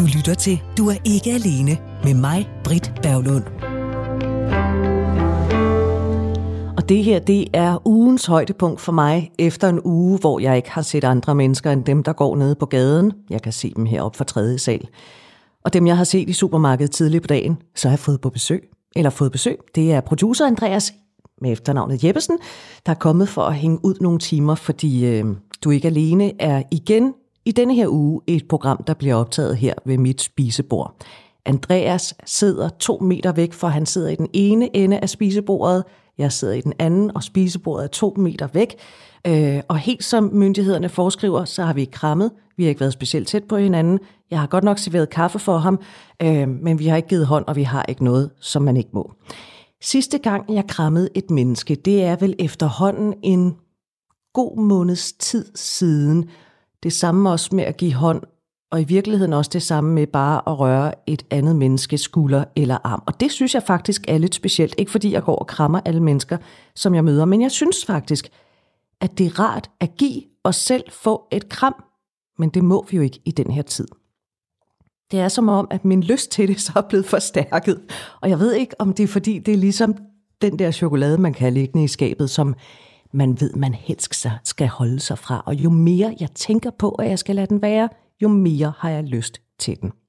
lytter til Du er ikke alene med mig, Britt Berglund. Og det her, det er ugens højdepunkt for mig efter en uge, hvor jeg ikke har set andre mennesker end dem, der går nede på gaden. Jeg kan se dem heroppe fra 3. sal. Og dem, jeg har set i supermarkedet tidligt på dagen, så har jeg fået besøg. Det er producer Andreas med efternavnet Jeppesen, der er kommet for at hænge ud nogle timer, fordi Du er ikke alene er igen i denne her uge et program, der bliver optaget her ved mit spisebord. Andreas sidder 2 meter væk, for han sidder i den ene ende af spisebordet. Jeg sidder i den anden, og spisebordet er 2 meter væk. Og helt som myndighederne foreskriver, så har vi ikke krammet. Vi har ikke været specielt tæt på hinanden. Jeg har godt nok serveret kaffe for ham, men vi har ikke givet hånd, og vi har ikke noget, som man ikke må. Sidste gang, jeg krammede et menneske, det er vel efterhånden en god måneds tid siden. Det samme også med at give hånd, og i virkeligheden også det samme med bare at røre et andet menneskes skulder eller arm. Og det synes jeg faktisk er lidt specielt. Ikke fordi jeg går og krammer alle mennesker, som jeg møder, men jeg synes faktisk, at det er rart at give os selv få et kram. Men det må vi jo ikke i den her tid. Det er som om, at min lyst til det så er blevet forstærket. Og jeg ved ikke, om det er fordi, det er ligesom den der chokolade, man kan have liggende i skabet, som man ved, man helst skal holde sig fra. Og jo mere jeg tænker på, at jeg skal lade den være, jo mere har jeg lyst til den.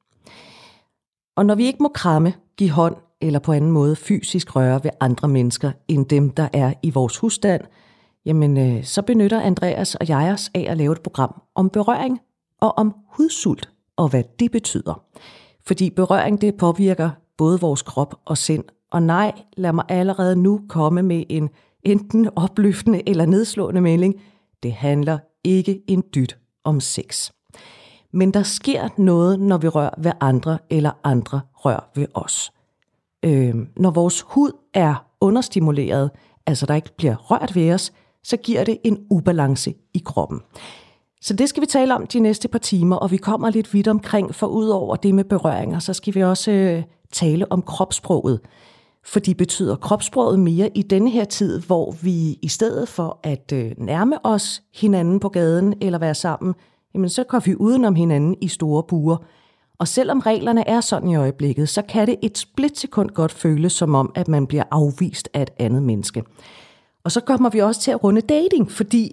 Og når vi ikke må kramme, give hånd eller på anden måde fysisk røre ved andre mennesker, end dem, der er i vores husstand, jamen så benytter Andreas og jeg os af at lave et program om berøring og om hudsult og hvad det betyder. Fordi berøring, det påvirker både vores krop og sind. Og nej, lad mig allerede nu komme med en enten opløftende eller nedslående melding. Det handler ikke en dyt om sex. Men der sker noget, når vi rører ved andre, eller andre rører ved os. Når vores hud er understimuleret, altså der ikke bliver rørt ved os, så giver det en ubalance i kroppen. Så det skal vi tale om de næste par timer, og vi kommer lidt vidt omkring, for ud over det med berøringer, så skal vi også tale om kropssproget. Fordi betyder kropssproget mere i denne her tid, hvor vi i stedet for at nærme os hinanden på gaden eller være sammen, jamen så går vi udenom hinanden i store buer. Og selvom reglerne er sådan i øjeblikket, så kan det et splitsekund godt føles som om, at man bliver afvist af et andet menneske. Og så kommer vi også til at runde dating, fordi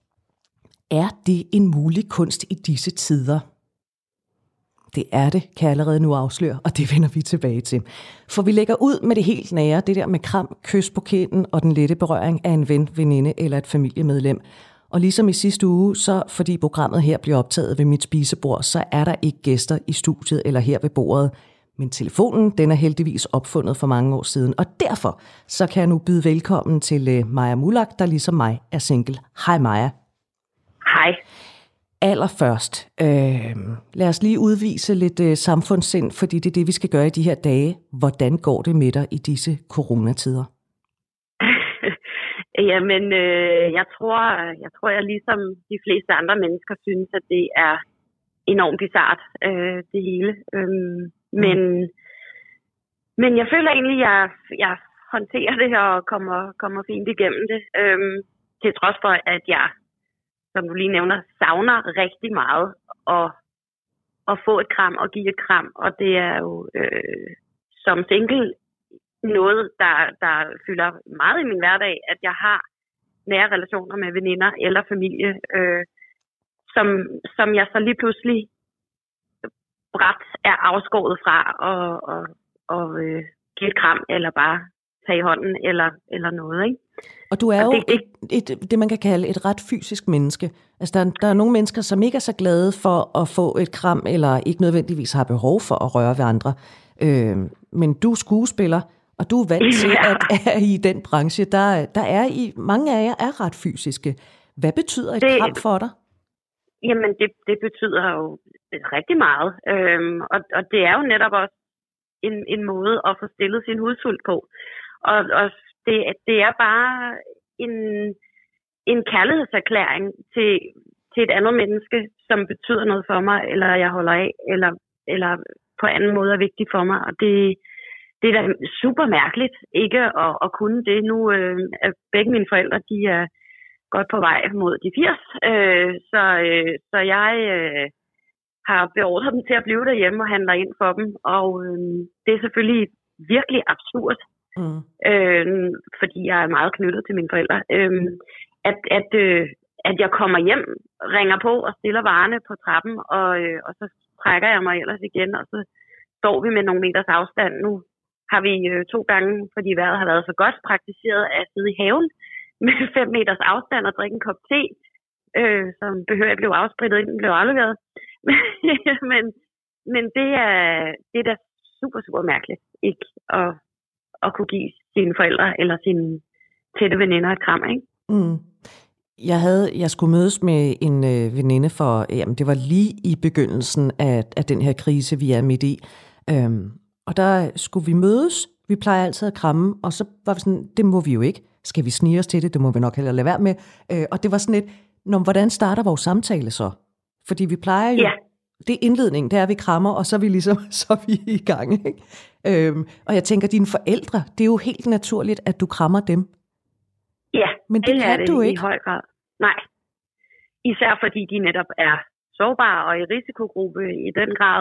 er det en mulig kunst i disse tider? Det er det, kan jeg allerede nu afsløre, og det vender vi tilbage til. For vi lægger ud med det helt nære, det der med kram, kys på kinden og den lette berøring af en ven, veninde eller et familiemedlem. Og ligesom i sidste uge, så fordi programmet her bliver optaget ved mit spisebord, så er der ikke gæster i studiet eller her ved bordet. Men telefonen, den er heldigvis opfundet for mange år siden, og derfor så kan jeg nu byde velkommen til Maja Mulak, der ligesom mig er single. Hej Maja. Hej. Allerførst, lad os lige udvise lidt samfundssind, fordi det er det, vi skal gøre i de her dage. Hvordan går det med dig i disse coronatider? Jamen, jeg tror, jeg ligesom de fleste andre mennesker synes, at det er enormt bizart, det hele. Men jeg føler egentlig, at jeg håndterer det her og kommer fint igennem det. Til trods for, at jeg, som du lige nævner, savner rigtig meget at få et kram og give et kram. Og det er jo som single noget, der fylder meget i min hverdag, at jeg har nære relationer med veninder eller familie, som jeg så lige pludselig brat er afskåret fra og give et kram eller bare tage i hånden eller noget, ikke? Og du er jo det, man kan kalde et ret fysisk menneske. Altså, der er nogle mennesker, som ikke er så glade for at få et kram, eller ikke nødvendigvis har behov for at røre ved andre. Men du er skuespiller, og du er vant til, at i den branche, der er mange af jer er ret fysiske. Hvad betyder et kram for dig? Jamen, det betyder jo rigtig meget. Og det er jo netop også en måde at få stillet sin hudsult på. Og det er bare en kærlighedserklæring til et andet menneske, som betyder noget for mig, eller jeg holder af, eller på anden måde er vigtigt for mig. Og det er da super mærkeligt ikke at kunne det. Nu er begge mine forældre, de er godt på vej mod de 80. Så jeg har beordret dem til at blive derhjemme og handler ind for dem. Og det er selvfølgelig virkelig absurd, fordi jeg er meget knyttet til mine forældre, at jeg kommer hjem, ringer på og stiller varerne på trappen, og så trækker jeg mig ellers igen, og så står vi med nogle meters afstand. Nu har vi 2 gange, fordi vejret har været så godt, praktiseret at sidde i haven med 5 meters afstand og drikke en kop te, som behøver at blive afsprittet, inden den blev afleveret. men det er da super, super mærkeligt, ikke at kunne give sine forældre eller sine tætte veninder et kram, ikke? Mm. Jeg skulle mødes med en veninde det var lige i begyndelsen af den her krise, vi er midt i. Og der skulle vi mødes. Vi plejer altid at kramme, og så var vi sådan, det må vi jo ikke. Skal vi snige os til det? Det må vi nok heller lade være med. Og det var sådan lidt, hvordan starter vores samtale så? Fordi vi plejer jo, det er indledning, det er, vi krammer, og så er vi ligesom, så er vi i gang, ikke? Og jeg tænker, dine forældre, det er jo helt naturligt, at du krammer dem. Ja, men det kan du ikke. I høj grad. Nej. Især fordi de netop er sårbare og i risikogruppe i den grad.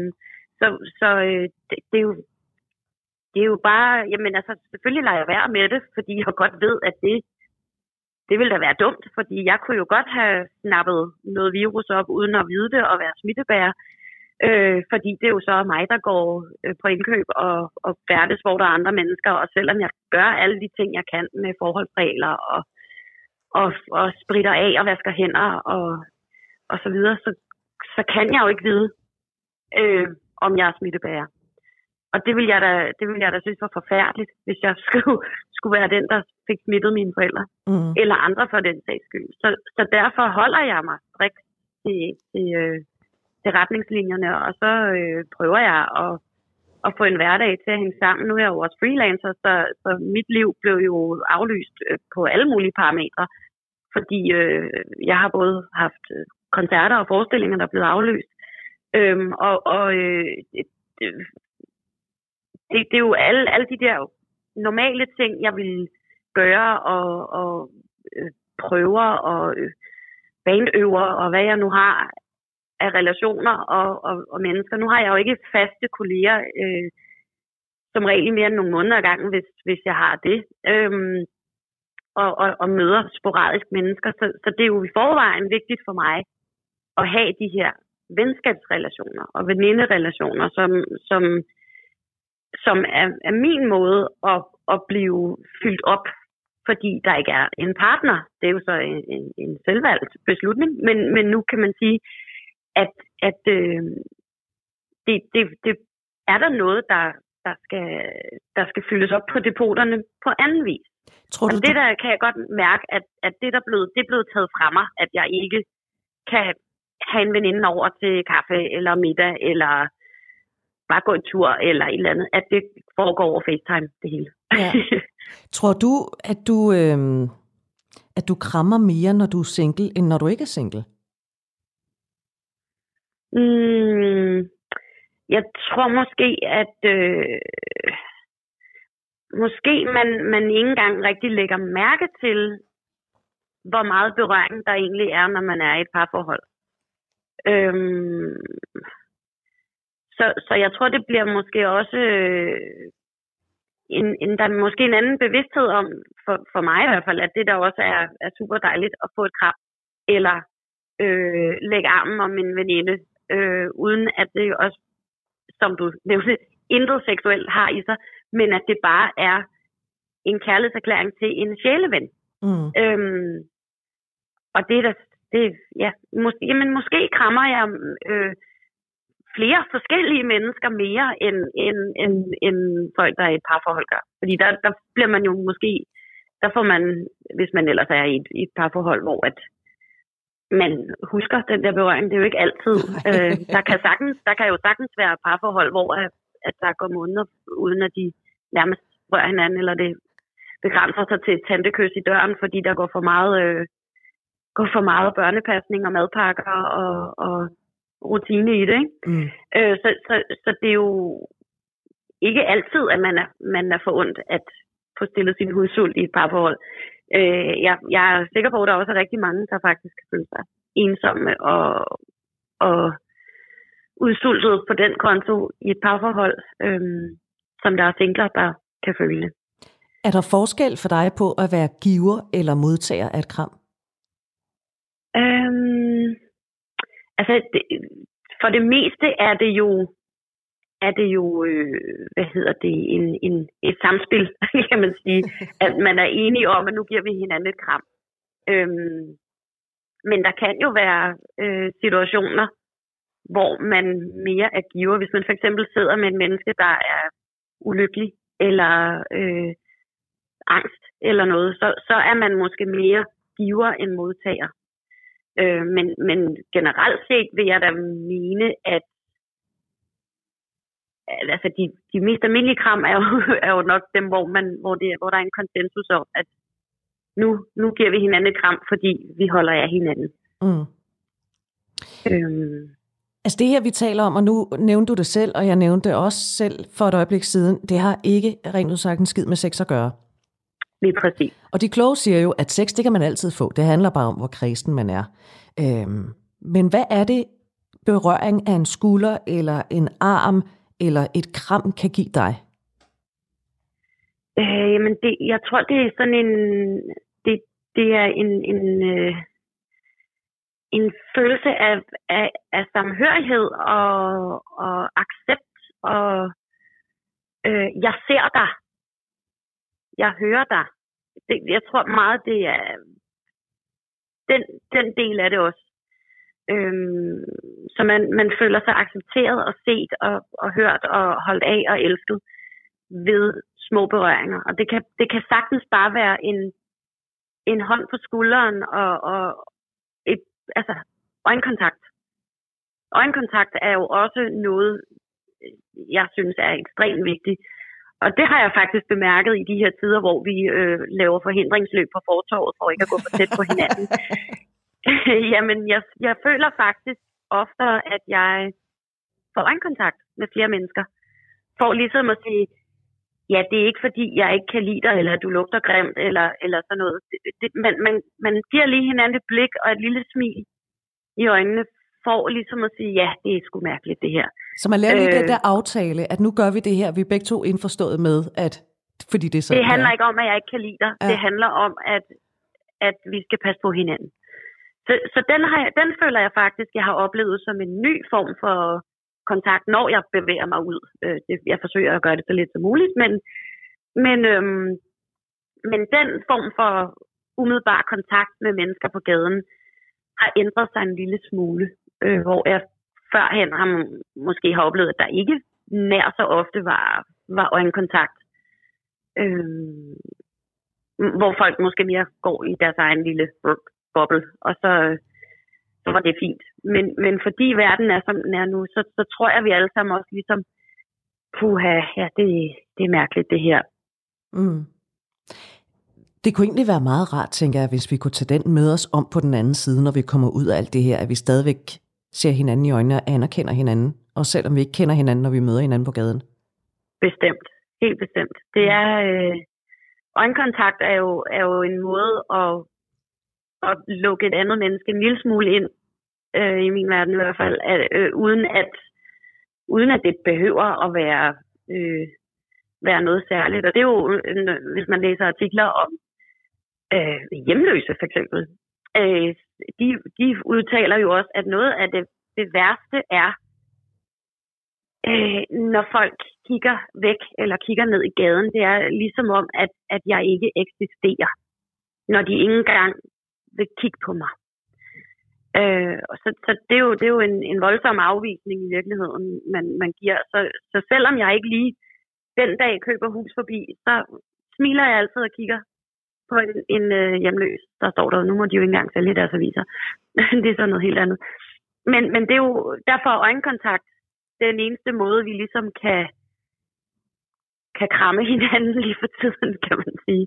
Det er jo bare, jamen altså, selvfølgelig lader jeg være med det, fordi jeg godt ved, at det ville da være dumt, fordi jeg kunne jo godt have snappet noget virus op, uden at vide det og være smittebærer. Fordi det er jo så mig, der går på indkøb og færdes, hvor der er andre mennesker, og selvom jeg gør alle de ting, jeg kan med forholdsregler og spritter af og vasker hænder og så videre, så kan jeg jo ikke vide, om jeg er smittebærer. Og det vil jeg da synes var forfærdeligt, hvis jeg skulle være den, der fik smittet mine forældre. Eller andre for den sags skyld. Så derfor holder jeg mig strikt til retningslinjerne, og så prøver jeg at få en hverdag til at hænge sammen. Nu er jeg jo også freelancer, så mit liv blev jo aflyst på alle mulige parametre, fordi jeg har både haft koncerter og forestillinger, der er blevet aflyst. Det er jo alle de der normale ting, jeg vil gøre og prøver og bandøver og hvad jeg nu har af relationer og mennesker. Nu har jeg jo ikke faste kolleger, som regel mere end nogle måneder ad gangen, hvis jeg har det. Og møder sporadisk mennesker. Så det er jo i forvejen vigtigt for mig at have de her venskabsrelationer og veninderelationer, som er min måde at blive fyldt op, fordi der ikke er en partner. Det er jo så en selvvalgt beslutning, men nu kan man sige, at det er der noget, der skal fyldes op på depoterne på anden vis. Tror du, det der kan jeg godt mærke, at det er blevet taget fra mig, at jeg ikke kan have en veninde over til kaffe eller middag, eller bare gå en tur, eller et eller andet, at det foregår over FaceTime, det hele. Ja. Tror du, at du krammer mere, når du er single, end når du ikke er single? Jeg tror måske, at måske man ikke engang rigtig lægger mærke til, hvor meget berøring der egentlig er, når man er i et parforhold. Så jeg tror, det bliver måske også der er måske en anden bevidsthed om, for mig i hvert fald, at det der også er super dejligt at få et kram, eller lægge armen om en veninde, uden at det også, som du nævnte, intet seksuelt har i sig, men at det bare er en kærlighedserklæring til en sjæleven. Og det er måske krammer jeg flere forskellige mennesker mere, end folk, der er i et parforhold gør. Fordi der bliver man jo måske, der får man, hvis man ellers er i et parforhold, hvor at man husker den der berøring, det er jo ikke altid. Der kan jo sagtens være parforhold, hvor at der går måneder, uden at de nærmest rører hinanden, eller det begrænser sig til et tantekys i døren, fordi der går for meget børnepasning og madpakker og rutine i det, ikke? Så det er jo ikke altid, at man er forundt at få stillet sin hudsult i et parforhold. Jeg er sikker på, at der også er rigtig mange, der faktisk føler sig ensomme og udsultet på den konto i et parforhold, som der er singler, der kan følge. Er der forskel for dig på at være giver eller modtager af et kram? Altså, for det meste er det jo et samspil, kan man sige, at man er enige om, at nu giver vi hinanden et kram. Men der kan jo være situationer, hvor man mere er giver. Hvis man for eksempel sidder med et menneske, der er ulykkelig eller angst eller noget, så er man måske mere giver end modtager. Men generelt set vil jeg da mene, at altså de mest almindelige kram er jo nok dem, hvor der er en konsensus om, at nu giver vi hinanden et kram, fordi vi holder af hinanden. Mm. Altså det her, vi taler om, og nu nævnte du det selv, og jeg nævnte det også selv for et øjeblik siden, det har ikke rent ud sagt en skid med sex at gøre. Lige præcis. Og de kloge siger jo, at sex, det kan man altid få. Det handler bare om, hvor kredsen man er. Men hvad er det, berøring af en skulder, eller en arm, eller et kram kan give dig? Jamen, jeg tror, det er sådan det er en følelse af samhørighed og accept, og jeg ser dig. Jeg hører dig. Jeg tror meget, det er den del af det også. Så man føler sig accepteret og set og hørt og holdt af og elsket ved små berøringer. Og det kan sagtens bare være en hånd på skulderen og øjenkontakt. Øjenkontakt er jo også noget, jeg synes er ekstremt vigtigt. Og det har jeg faktisk bemærket i de her tider, hvor vi laver forhindringsløb på fortovet for ikke at gå for tæt på hinanden. Jamen, jeg føler faktisk oftere, at jeg får øjenkontakt med flere mennesker. For ligesom at sige, ja, det er ikke fordi, jeg ikke kan lide dig, eller du lugter grimt, eller sådan noget. Man giver lige hinanden et blik og et lille smil i øjnene, for ligesom at sige, ja, det er sgu mærkeligt, det her. Så man laver lige den der aftale, at nu gør vi det her, vi er begge to indforstået med, at fordi det er sådan. Det handler ikke om, at jeg ikke kan lide dig. Ja. Det handler om, at vi skal passe på hinanden. Så den føler jeg faktisk, jeg har oplevet som en ny form for kontakt, når jeg bevæger mig ud. Jeg forsøger at gøre det så lidt som muligt, men den form for umiddelbar kontakt med mennesker på gaden har ændret sig en lille smule, hvor jeg førhen måske har oplevet, at der ikke nær så ofte var øjenkontakt. Hvor folk måske mere går i deres egen lille boble, og så var det fint. Men fordi verden er, som den er nu, så tror jeg, vi alle sammen også ligesom, ja, det er mærkeligt, det her. Mm. Det kunne egentlig være meget rart, tænker jeg, hvis vi kunne tage den med os om på den anden side, når vi kommer ud af alt det her, at vi stadigvæk ser hinanden i øjnene og anerkender hinanden, og selvom vi ikke kender hinanden, når vi møder hinanden på gaden. Bestemt. Helt bestemt. Det er øjenkontakt er jo en måde at lukke et andet menneske en lille smule ind, i min verden i hvert fald, uden at det behøver at være noget særligt. Og det er jo, hvis man læser artikler om hjemløse for eksempel, de udtaler jo også, at noget af det værste er, når folk kigger væk eller kigger ned i gaden, det er ligesom om, at jeg ikke eksisterer, når de ikke engang vil kigge på mig. Så det er jo en voldsom afvisning i virkeligheden, man giver. Så selvom jeg ikke lige den dag køber hus forbi, så smiler jeg altid og kigger på en hjemløs. Der står der, nu må de jo ikke engang sælge deres aviser. Det er så noget helt andet. Men det er jo derfor øjenkontakt, det er den eneste måde, vi ligesom kan kramme hinanden lige for tiden, kan man sige.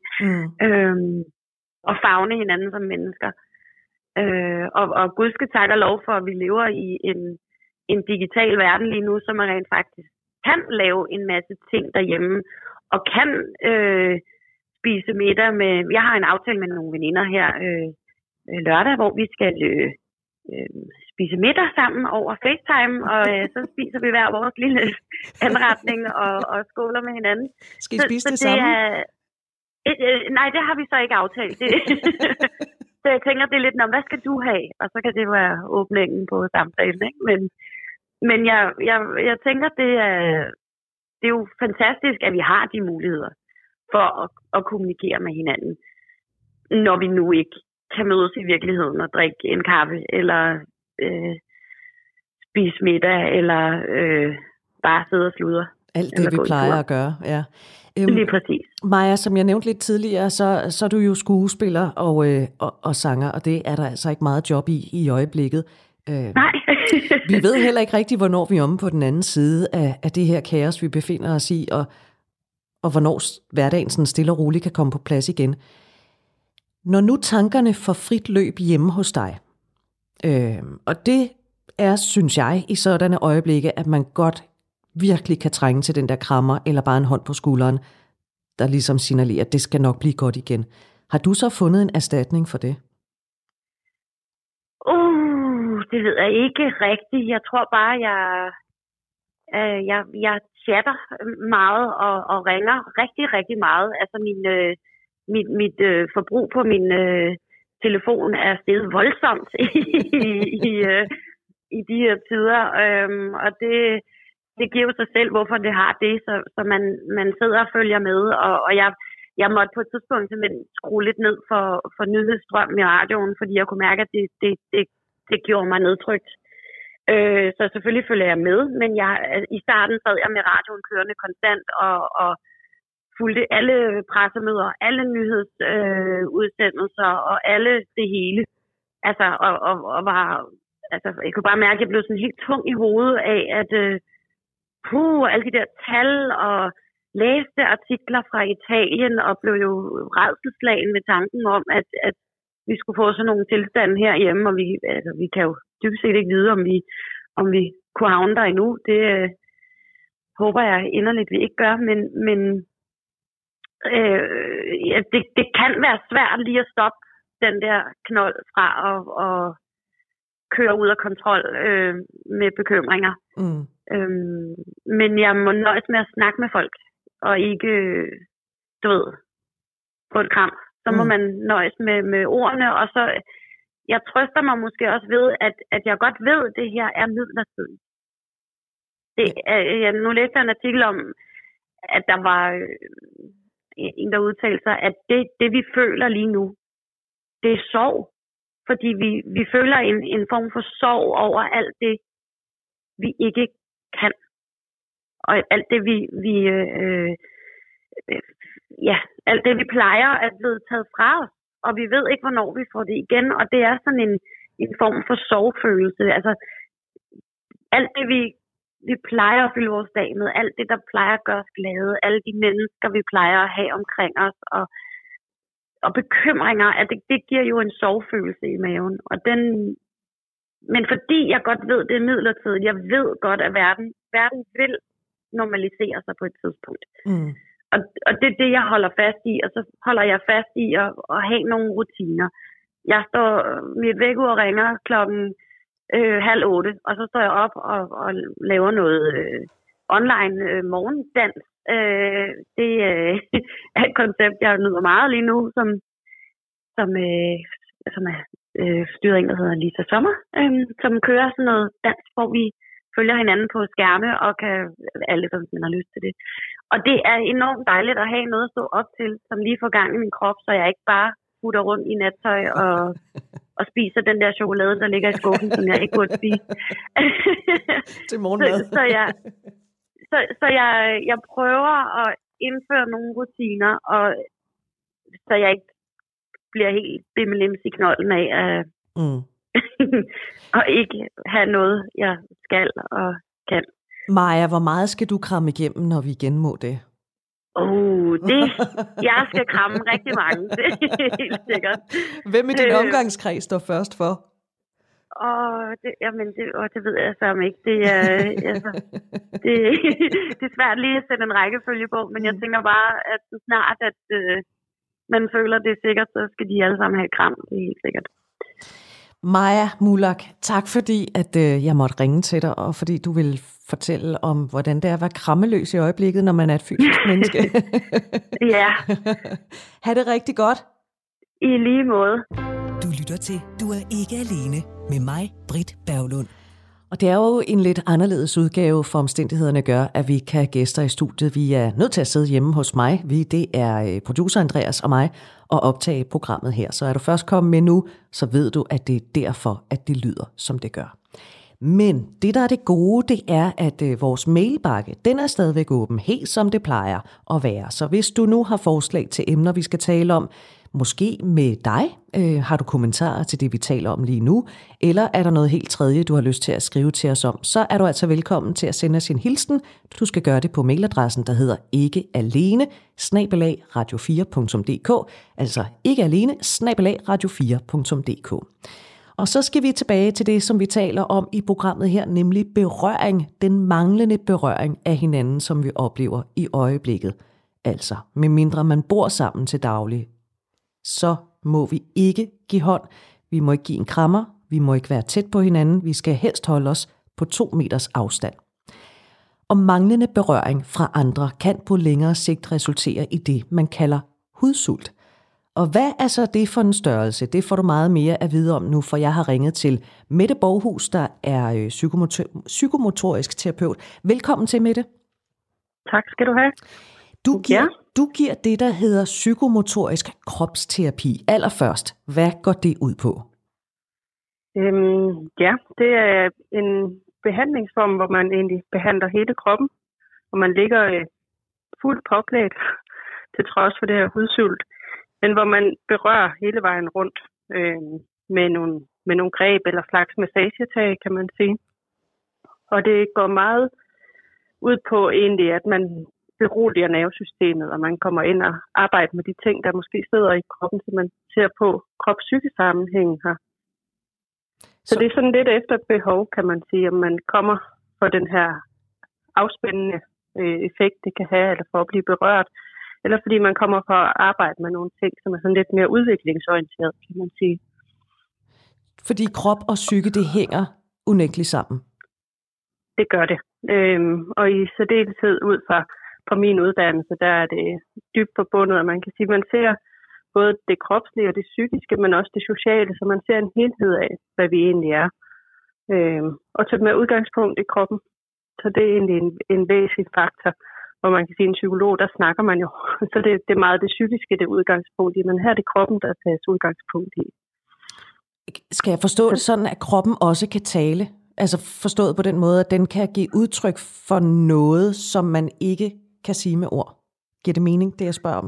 Og favne hinanden som mennesker. Og Gud skal tak og lov for, at vi lever i en digital verden lige nu, så man rent faktisk kan lave en masse ting derhjemme, og kan spise middag med... Jeg har en aftale med nogle veninder her lørdag, hvor vi skal spise middag sammen over FaceTime, og så spiser vi hver vores lille anretning og skåler med hinanden. Skal I spise det samme? Nej, det har vi så ikke aftalt. Så jeg tænker, det er lidt, hvad skal du have? Og så kan det være åbningen på samtalen, ikke? Men jeg tænker, det er jo fantastisk, at vi har de muligheder for at kommunikere med hinanden, når vi nu ikke kan mødes i virkeligheden og drikke en kaffe, eller spise middag, eller bare sidde og sludre. Alt det, vi plejer at gøre, ja. Lige præcis. Maja, som jeg nævnte lidt tidligere, så er du jo skuespiller og sanger, og det er der altså ikke meget job i øjeblikket. Nej. Vi ved heller ikke rigtigt, hvornår vi er omme på den anden side af det her kaos, vi befinder os i, og hvornår hverdagen sådan stille og roligt kan komme på plads igen. Når nu tankerne får frit løb hjemme hos dig, og det er, synes jeg, i sådanne øjeblikke, at man godt virkelig kan trænge til den der krammer, eller bare en hånd på skulderen, der ligesom signalerer, at det skal nok blive godt igen. Har du så fundet en erstatning for det? Det ved jeg ikke rigtigt. Jeg tror bare, jeg chatter meget og ringer rigtig, rigtig meget. Altså mit forbrug på min telefon er steget voldsomt i de her tider. Og det giver jo sig selv, hvorfor det har det. Så man sidder og følger med. Og jeg måtte på et tidspunkt simpelthen skrue lidt ned for nyhedsstrøm i radioen, fordi jeg kunne mærke, at det gjorde mig nedtrykt. Så selvfølgelig følger jeg med, men i starten sad jeg med radioen kørende konstant og fulgte alle pressemøder, alle nyhedsudsendelser og alle det hele. Altså, og var, altså, jeg kunne bare mærke, at jeg blev sådan helt tung i hovedet af, at alle de der tal og læste artikler fra Italien og blev jo rædselsslagen med tanken om, at vi skulle få sådan nogle tilstande herhjemme, og vi kan jo dybest set ikke vide, om vi kunne havne der endnu. Det håber jeg inderligt, vi ikke gør, men det kan være svært lige at stoppe den der knold fra at køre ud af kontrol med bekymringer. Men jeg må nøjes med at snakke med folk, og ikke, på et kram. Så må man nøjes med ordene, og så jeg trøster mig måske også ved, at jeg godt ved, at det her er midlertidigt. Nu læste jeg en artikel om, at der var en, der udtalte sig, at det vi føler lige nu, det er sorg. Fordi vi føler en form for sorg over alt det, vi ikke kan. Og alt det, alt det, vi plejer, er blevet taget fra os. Og vi ved ikke, hvornår vi får det igen. Og det er sådan en form for sorgfølelse. Altså, alt det, vi plejer at fylde vores dag med, alt det, der plejer at gøre os glade, alle de mennesker, vi plejer at have omkring os, og bekymringer, at det giver jo en sorgfølelse i maven. Men fordi jeg godt ved, det er midlertidigt, jeg ved godt, at verden vil normalisere sig på et tidspunkt. Og det er det, jeg holder fast i, og så holder jeg fast i at have nogle rutiner. Jeg står mit vækkeur og ringer 7:30, og så står jeg op og laver noget online morgendans. Det er et koncept, jeg nyder meget lige nu, som er styret en, der hedder Lisa Sommer, som kører sådan noget dans, hvor vi følger hinanden på skærme, og kan alle, som har lyst til det. Og det er enormt dejligt at have noget at stå op til, som lige får gang i min krop, så jeg ikke bare putter rundt i nattøj og spiser den der chokolade, der ligger i skuffen, som jeg ikke burde spise. Til morgenmad. Så jeg prøver at indføre nogle rutiner, og så jeg ikke bliver helt bimmelims i knolden af og ikke have noget, jeg skal og kan. Maja, hvor meget skal du kramme igennem, når vi igen må det? Jeg skal kramme rigtig mange, det er helt sikkert. Hvem i din omgangskreds står først for? Det ved jeg så ikke. Det er svært lige at sætte en rækkefølge på, men jeg tænker bare, at så snart, at man føler, det er sikkert, så skal de alle sammen have kram, det er helt sikkert. Maja Mulak, tak fordi at jeg måtte ringe til dig, og fordi du vil fortælle om, hvordan det er at være krammeløs i øjeblikket, når man er et fysisk menneske. Ja. Ha' det rigtig godt. I lige måde. Du lytter til Du er ikke alene med mig, Britt Berglund. Og det er jo en lidt anderledes udgave, for omstændighederne gør, at vi kan have gæster i studiet. Vi er nødt til at sidde hjemme hos mig. Det er producer Andreas og mig, og optage programmet her. Så er du først kommet med nu, så ved du, at det er derfor, at det lyder, som det gør. Men det, der er det gode, det er, at vores mailbakke, den er stadigvæk åben, helt som det plejer at være. Så hvis du nu har forslag til emner, vi skal tale om, måske med dig, har du kommentarer til det, vi taler om lige nu, eller er der noget helt tredje, du har lyst til at skrive til os om, så er du altså velkommen til at sende os en hilsen. Du skal gøre det på mailadressen, der hedder ikkealene@radio4.dk, altså ikkealene@radio4.dk. Og så skal vi tilbage til det, som vi taler om i programmet her, nemlig berøring, den manglende berøring af hinanden, som vi oplever i øjeblikket. Altså, medmindre man bor sammen til daglig, så må vi ikke give hånd, vi må ikke give en krammer, vi må ikke være tæt på hinanden, vi skal helst holde os på 2 meters afstand. Og manglende berøring fra andre kan på længere sigt resultere i det, man kalder hudsult. Og hvad er så det for en størrelse? Det får du meget mere at vide om nu, for jeg har ringet til Mette Borghus, der er psykomotorisk terapeut. Velkommen til, Mette. Tak skal du have. Du giver det, der hedder psykomotorisk kropsterapi. Allerførst, hvad går det ud på? Det er en behandlingsform, hvor man egentlig behandler hele kroppen, og man ligger fuldt påklædt til trods for det her hudsult, men hvor man berører hele vejen rundt med nogle greb eller slags massagetag, kan man sige. Og det går meget ud på egentlig, at man beroliger nervesystemet, og man kommer ind og arbejder med de ting, der måske sidder i kroppen, så man ser på krop-psyke-sammenhængen her. Så det er sådan lidt efter behov, kan man sige, om man kommer for den her afspændende effekt, det kan have, eller for at blive berørt, eller fordi man kommer for at arbejde med nogle ting, som er sådan lidt mere udviklingsorienteret, kan man sige. Fordi krop og psyke, det hænger unægteligt sammen. Det gør det. Og i særdeleshed ud fra min uddannelse, der er det dybt forbundet, og man kan sige, at man ser både det kropslige og det psykiske, men også det sociale, så man ser en helhed af, hvad vi egentlig er. Og til med udgangspunkt i kroppen, så det er egentlig en væsentlig faktor, hvor man kan sige, en psykolog, der snakker man jo, så det er meget det psykiske, det udgangspunkt i, men her er det kroppen, der tages udgangspunkt i. Skal jeg forstå det sådan, at kroppen også kan tale? Altså forstået på den måde, at den kan give udtryk for noget, som man ikke kan sige med ord. Giver det mening, det jeg spørger om?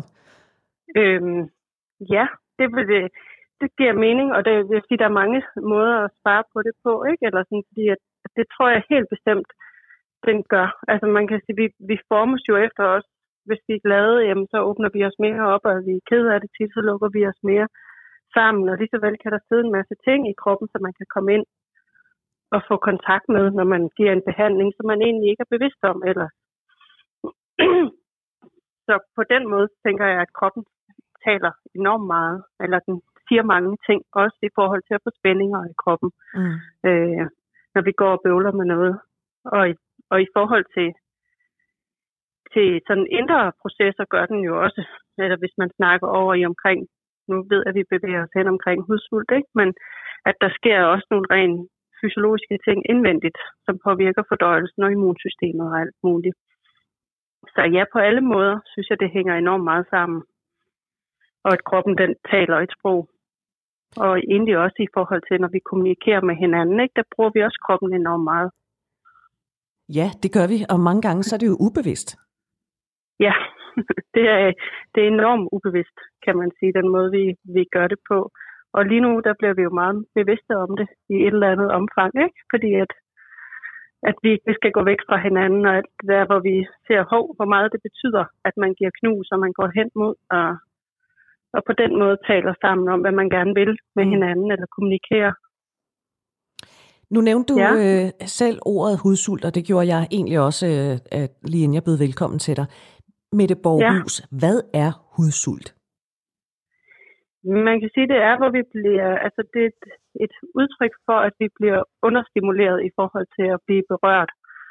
Ja, det giver mening, og det vil sige, der er mange måder at svare på det på, ikke? Eller sådan, fordi at det tror jeg helt bestemt, den gør. Altså man kan sige, vi formes jo efter os. Hvis vi er glade, jamen, så åbner vi os mere op, og vi er ked af det tit, så lukker vi os mere sammen. Og lige så vel kan der sidde en masse ting i kroppen, så man kan komme ind og få kontakt med, når man giver en behandling, som man egentlig ikke er bevidst om ellers. Så på den måde tænker jeg, at kroppen taler enormt meget, eller den siger mange ting, også i forhold til at få spændinger i kroppen, når vi går og bøvler med noget. Og i forhold til sådan indre processer gør den jo også, eller hvis man snakker over i omkring, nu ved jeg, at vi bevæger os hen omkring hudsult, ikke? Men at der sker også nogle rent fysiologiske ting indvendigt, som påvirker fordøjelsen og immunsystemet og alt muligt. Så ja, på alle måder synes jeg, det hænger enormt meget sammen. Og at kroppen, den taler et sprog. Og egentlig også i forhold til, når vi kommunikerer med hinanden, ikke? Der bruger vi også kroppen enormt meget. Ja, det gør vi, og mange gange så er det jo ubevidst. Ja, det er enormt ubevidst, kan man sige, den måde, vi gør det på. Og lige nu, der bliver vi jo meget bevidste om det i et eller andet omfang, ikke? Fordi at vi skal gå væk fra hinanden, og alt det der, hvor vi ser, hvor meget det betyder, at man giver knus, og man går hen mod, og på den måde taler sammen om, hvad man gerne vil med hinanden, eller kommunikerer. Nu nævnte du selv ordet hudsult, og det gjorde jeg egentlig også, lige inden jeg blev velkommen til dig. Mette Borghus, hvad er hudsult? Man kan sige, det er, hvor vi bliver, altså det er et udtryk for, at vi bliver understimuleret i forhold til at blive berørt.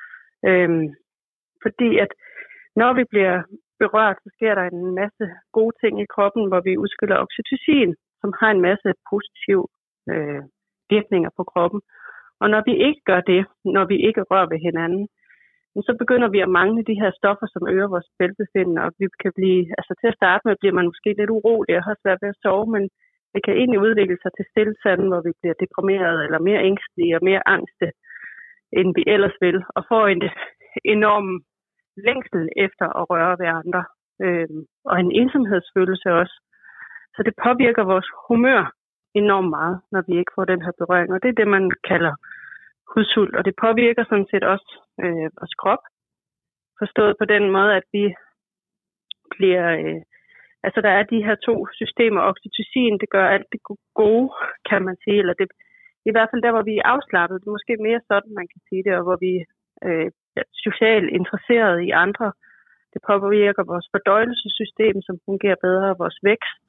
Fordi at når vi bliver berørt, så sker der en masse gode ting i kroppen, hvor vi udskiller oxytocin, som har en masse positive virkninger på kroppen. Og når vi ikke gør det, når vi ikke rører ved hinanden, så begynder vi at mangle de her stoffer, som øger vores velbefindende, og vi kan blive, altså til at starte med, bliver man måske lidt urolig og har svært ved at sove, men det kan egentlig udvikle sig til stillstand, hvor vi bliver deprimeret eller mere ængstelige og mere angste, end vi ellers vil, og får en enorm længsel efter at røre ved andre, og en ensomhedsfølelse også. Så det påvirker vores humør enormt meget, når vi ikke får den her berøring, og det er det, man kalder hudsult, og det påvirker sådan set også vores krop, forstået på den måde, at vi bliver, altså der er de her to systemer, oxytocin, det gør alt det gode, kan man sige, eller det i hvert fald der, hvor vi er afslappet, det er måske mere sådan, man kan sige det, og hvor vi er socialt interesserede i andre. Det påvirker vores fordøjelsessystem, som fungerer bedre, vores vækst,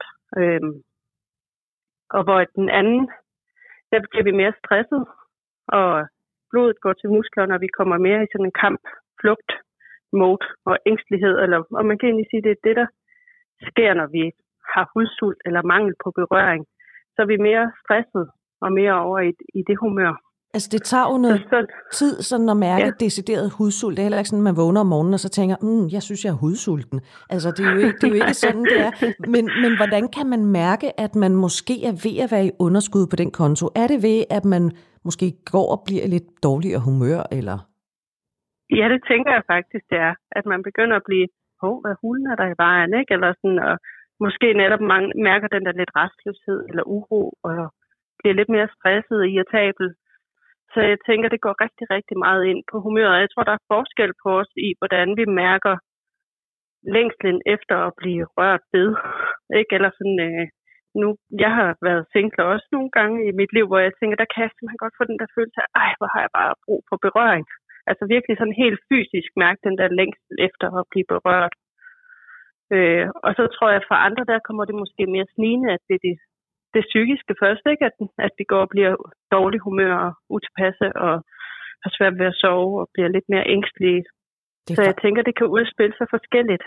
og hvor den anden, der bliver vi mere stresset, og blodet går til musklerne, og vi kommer mere i sådan en kamp, flugt, mode og ængstelighed, og man kan egentlig sige, det er det, der sker, når vi har hudsult eller mangel på berøring. Så er vi mere stresset og mere over i det humør. Altså det tager jo noget tid sådan at mærke decideret hudsult. Det er heller ikke sådan, at man vågner om morgenen og så tænker, jeg synes, jeg er hudsulten. Altså det er jo ikke sådan, det er. Men hvordan kan man mærke, at man måske er ved at være i underskud på den konto? Er det ved, at man måske går og bliver lidt dårligere humør, eller? Ja, det tænker jeg faktisk, det er. At man begynder at blive, hvad hulen er der i vejen, ikke? Eller sådan, og måske netop mærker den der lidt rastløshed eller uro, og bliver lidt mere stresset og irritabel. Så jeg tænker, det går rigtig, rigtig meget ind på humøret. Jeg tror, der er forskel på os i, hvordan vi mærker længslen efter at blive rørt ved. Ikke? Eller sådan, jeg har været single også nogle gange i mit liv, hvor jeg tænker, der kan jeg simpelthen godt få den der følelse af, hvor har jeg bare brug for berøring. Altså virkelig sådan helt fysisk mærke den der længsel efter at blive berørt. Og så tror jeg, for andre, der kommer det måske mere snigende, at det er det psykiske først, ikke? At vi går og bliver dårlig humør og utilpasse og har svært ved at sove og bliver lidt mere ængstelige. Så jeg tænker, det kan udspille sig forskelligt.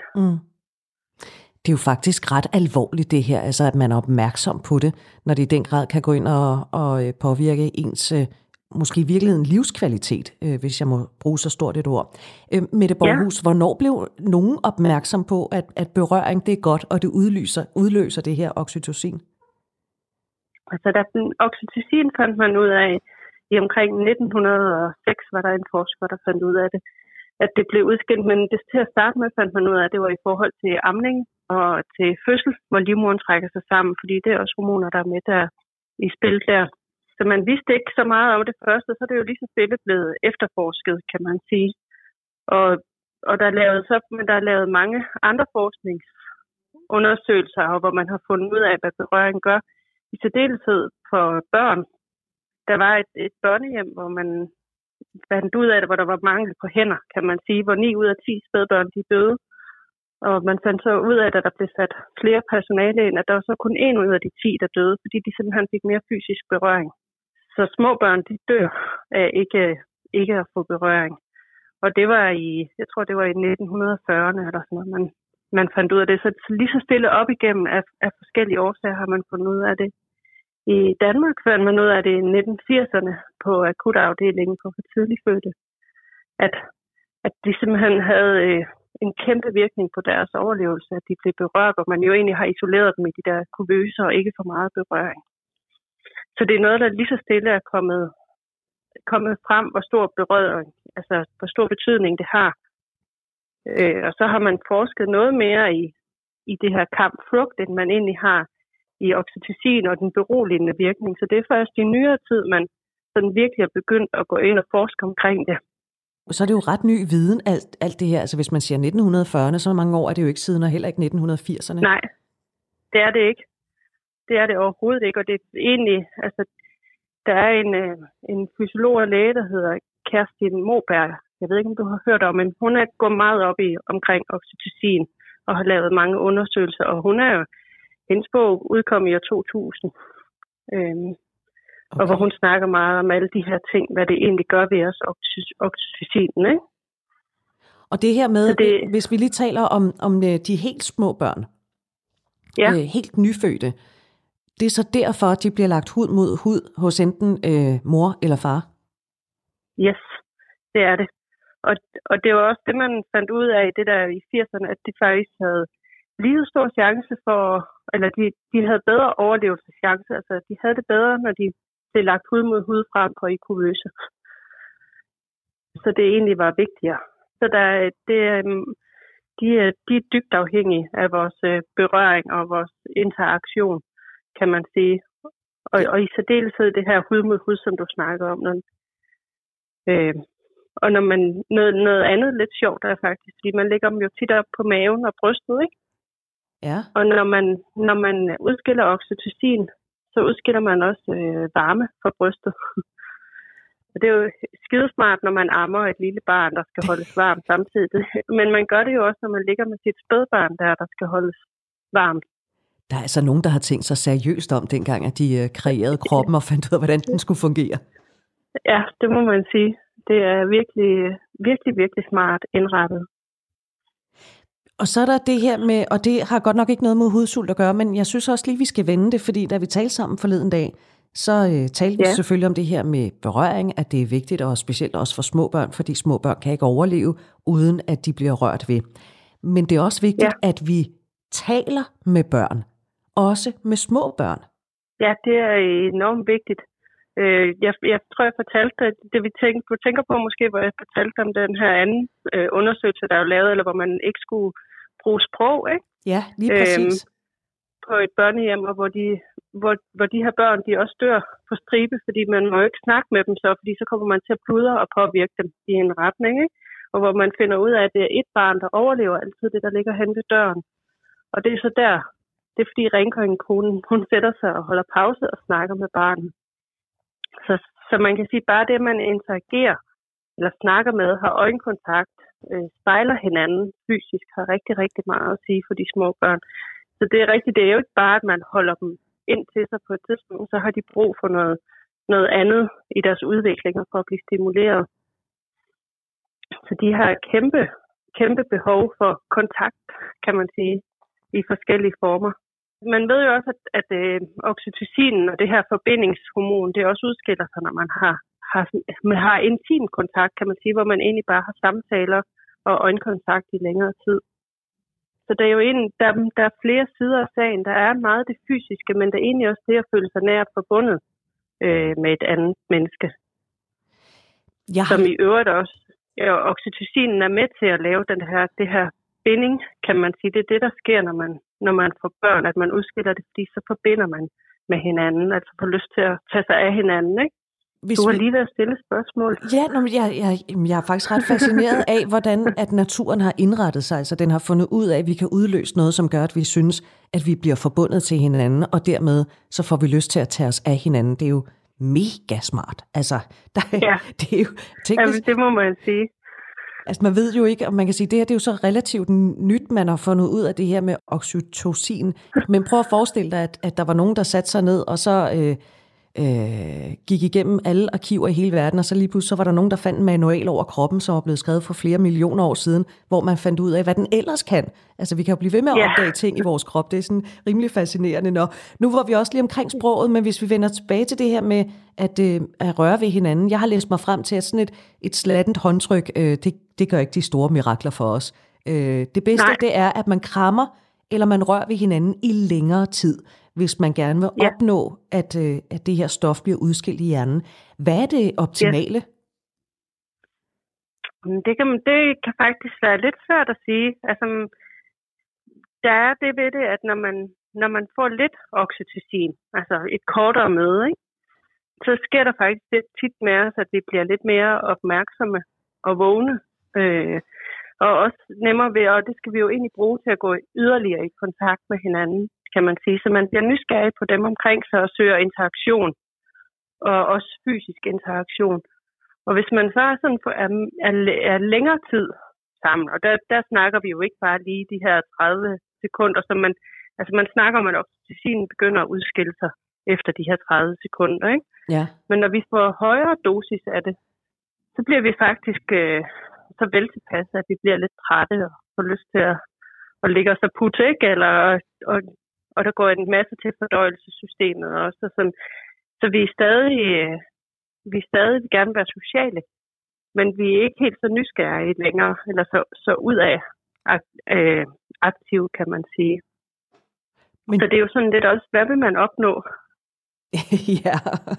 Det er jo faktisk ret alvorligt det her, altså at man er opmærksom på det, når det i den grad kan gå ind og påvirke ens måske i virkeligheden livskvalitet, hvis jeg må bruge så stort et ord. Mette Borghus, hvornår blev nogen opmærksom på, at berøring det er godt, og det udløser det her oxytocin? Altså, oxytocin fandt man ud af i omkring 1906, var der en forsker, der fandt ud af det, at det blev udskilt, men det til at starte med fandt man ud af, at det var i forhold til amning og til fødsel, hvor livmoderen trækker sig sammen, fordi det er også hormoner, der er med der i spil der. Så man vidste ikke så meget om det første, så er det jo lige så stille blevet efterforsket, kan man sige. Og der er lavet mange andre forskningsundersøgelser, hvor man har fundet ud af, hvad berøring gør. I særdeleshed for børn. Der var et børnehjem, hvor man fandt ud af det, hvor der var mangel på hænder, kan man sige, hvor 9 ud af 10 spædbørn de døde. Og man fandt så ud af, at der blev sat flere personale ind, at der var så kun 1 ud af de 10, der døde, fordi de simpelthen fik mere fysisk berøring. Så små børn, de dør af ikke at få berøring. Og det var jeg tror det var i 1940'erne eller sådan noget, man fandt ud af det. Så lige så stille op igennem af forskellige årsager har man fundet ud af det. I Danmark fandt man ud af det i 1980'erne på akutafdelingen for tidligt fødte. At de simpelthen havde en kæmpe virkning på deres overlevelse, at de blev berørt, og man jo egentlig har isoleret dem i de der kuvøser og ikke for meget berøring. Så det er noget, der lige så stille er kommet frem, hvor stor berøring, altså hvor stor betydning det har. Og så har man forsket noget mere i det her kamp-flugt, end man egentlig har i oxytocin og den beroligende virkning. Så det er først i nyere tid, man sådan virkelig er begyndt at gå ind og forske omkring det. Så er det jo ret ny viden, alt det her. Altså hvis man siger 1940'erne, så mange år er det jo ikke siden, og heller ikke 1980'erne. Nej, det er det ikke. Det er det overhovedet ikke, og det er egentlig, altså der er en fysiolog og læge, der hedder Kerstin Moberg. Jeg ved ikke, om du har hørt om, men hun er gået meget op omkring oxytocin og har lavet mange undersøgelser, og hendes bog udkom i år 2000. Og hvor hun snakker meget om alle de her ting, hvad det egentlig gør ved os, oxytocinen, ikke? Og det her med, hvis vi lige taler om de helt små børn, helt nyfødte, det er så derfor, at de bliver lagt hud mod hud hos enten mor eller far? Yes, det er det. Og det var også det, man fandt ud af i det der i 80'erne, at de faktisk havde lige stor chance for, eller de havde bedre overlevelseschance, altså de havde det bedre, når de blev lagt hud mod hud frem for i kuvøse. Så det egentlig var vigtigere. Så de er dybt afhængige af vores berøring og vores interaktion, kan man sige. Og i særdeleshed det her hud mod hud, som du snakker om. Og når man noget andet lidt sjovt er faktisk, fordi man lægger dem jo tit op på maven og brystet, ikke? Ja. Og når man udskiller oxytocin, så udskiller man også varme fra brystet. Og det er jo skidesmart, når man ammer et lille barn, der skal holdes varmt samtidig. Men man gør det jo også, når man ligger med sit spædbarn der skal holdes varmt. Der er altså nogen, der har tænkt sig seriøst om dengang, at de kreerede kroppen og fandt ud af, hvordan den skulle fungere. Ja, det må man sige. Det er virkelig, virkelig, virkelig smart indrettet. Og så er der det her med, og det har godt nok ikke noget med hudsult at gøre, men jeg synes også lige, vi skal vende det, fordi da vi talte sammen forleden dag, så talte vi selvfølgelig om det her med berøring, at det er vigtigt, og specielt også for små børn, fordi små børn kan ikke overleve, uden at de bliver rørt ved. Men det er også vigtigt, at vi taler med børn, også med små børn. Ja, det er enormt vigtigt. Jeg tror, jeg fortalte det, du tænker på måske, hvor jeg fortalte om den her anden undersøgelse, der er jo lavet, eller hvor man ikke skulle bruge sprog, ikke? Ja, lige præcis. På et børnehjem, og hvor de her børn, de også dør på stribe, fordi man må jo ikke snakke med dem så, fordi så kommer man til at pludre og påvirke dem i en retning, ikke? Og hvor man finder ud af, at det er et barn, der overlever altid det, der ligger hen ved døren. Og det er så der, det er fordi rengøringskonen, hun sætter sig og holder pause og snakker med barnet. Så man kan sige, bare det, at man interagerer eller snakker med, har øjenkontakt, spejler hinanden fysisk, har rigtig, rigtig meget at sige for de små børn. Så det er rigtigt, det er jo ikke bare, at man holder dem ind til sig på et tidspunkt, så har de brug for noget andet i deres udvikling for at blive stimuleret. Så de har kæmpe, kæmpe behov for kontakt, kan man sige, i forskellige former. Man ved jo også, at oxytocinen og det her forbindingshormon, det også udskiller sig, når man har intim kontakt, kan man sige, hvor man egentlig bare har samtaler og øjenkontakt i længere tid. Så det er jo der er flere sider af sagen. Der er meget det fysiske, men der er egentlig også det at føle sig nært forbundet med et andet menneske. Som i øvrigt også, oxytocinen er med til at lave det her binding, kan man sige. Det er det, der sker, når man får børn, at man udskiller det, fordi så forbinder man med hinanden, altså får lyst til at tage sig af hinanden, ikke? Du har lige været at stille spørgsmål. Ja, jeg er faktisk ret fascineret af, hvordan at naturen har indrettet sig. Altså, den har fundet ud af, at vi kan udløse noget, som gør, at vi synes, at vi bliver forbundet til hinanden, og dermed så får vi lyst til at tage os af hinanden. Det er jo mega smart. Altså, det er jo... det må man sige. Altså, man ved jo ikke, og man kan sige, det her det er jo så relativt nyt, man har fundet ud af det her med oxytocin. Men prøv at forestille dig, at der var nogen, der satte sig ned, og så gik igennem alle arkiver i hele verden, og så lige pludselig så var der nogen, der fandt en manual over kroppen, som var blevet skrevet for flere millioner år siden, hvor man fandt ud af, hvad den ellers kan. Altså, vi kan jo blive ved med at opdage ting i vores krop. Det er sådan rimelig fascinerende. Nu var vi også lige omkring sproget, men hvis vi vender tilbage til det her med at røre ved hinanden. Jeg har læst mig frem til, at sådan et slattent håndtryk, det gør ikke de store mirakler for os. Det bedste, det er, at man krammer, eller man rører ved hinanden i længere tid, hvis man gerne vil opnå, at det her stof bliver udskilt i hjernen. Hvad er det optimale? Det kan faktisk være lidt svært at sige. Altså, der er det ved det, at når man får lidt oxytocin, altså et kortere møde, ikke, så sker der faktisk lidt tit med os, at vi bliver lidt mere opmærksomme og vågne. Og også nemmere ved, og det skal vi jo egentlig bruge til at gå yderligere i kontakt med hinanden, kan man sige. Så man bliver nysgerrig på dem omkring sig og søger interaktion, og også fysisk interaktion. Og hvis man så er længere tid sammen, og der snakker vi jo ikke bare lige de her 30 sekunder, som man snakker om, at oxytocin begynder at udskille sig efter de her 30 sekunder, ikke? Ja. Men når vi får højere dosis af det, så bliver vi faktisk så vel tilpasset, at vi bliver lidt trætte og får lyst til at ligge os og putte, ikke? Og der går en masse til fordøjelsessystemet også. Så vi er stadig gerne være sociale, men vi er ikke helt så nysgerrige længere, eller så ud af aktive, kan man sige. Men... Så det er jo sådan lidt også, hvad vil man opnå? Ja.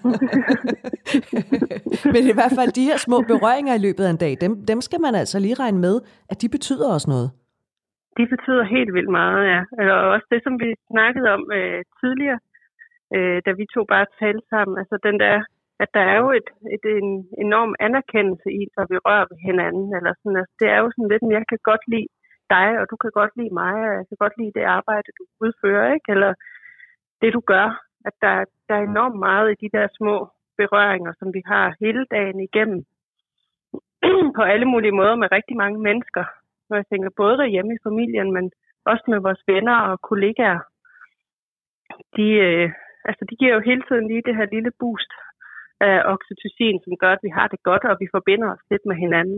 Men i hvert fald de her små berøringer i løbet af en dag, dem skal man altså lige regne med, at de betyder også noget. De betyder helt vildt meget, ja. Og også det, som vi snakkede om tidligere, da vi to bare talte sammen. Altså den der, at der er jo en enorm anerkendelse i, når vi rører ved hinanden. Eller sådan, altså, det er jo sådan lidt, at jeg kan godt lide dig, og du kan godt lide mig, og jeg kan godt lide det arbejde, du udfører, ikke? Eller det, du gør. At der er enormt meget i de der små berøringer, som vi har hele dagen igennem. På alle mulige måder med rigtig mange mennesker. Når jeg tænker både derhjemme i familien, men også med vores venner og kollegaer. De giver jo hele tiden lige det her lille boost af oxytocin, som gør, at vi har det godt, og vi forbinder os lidt med hinanden.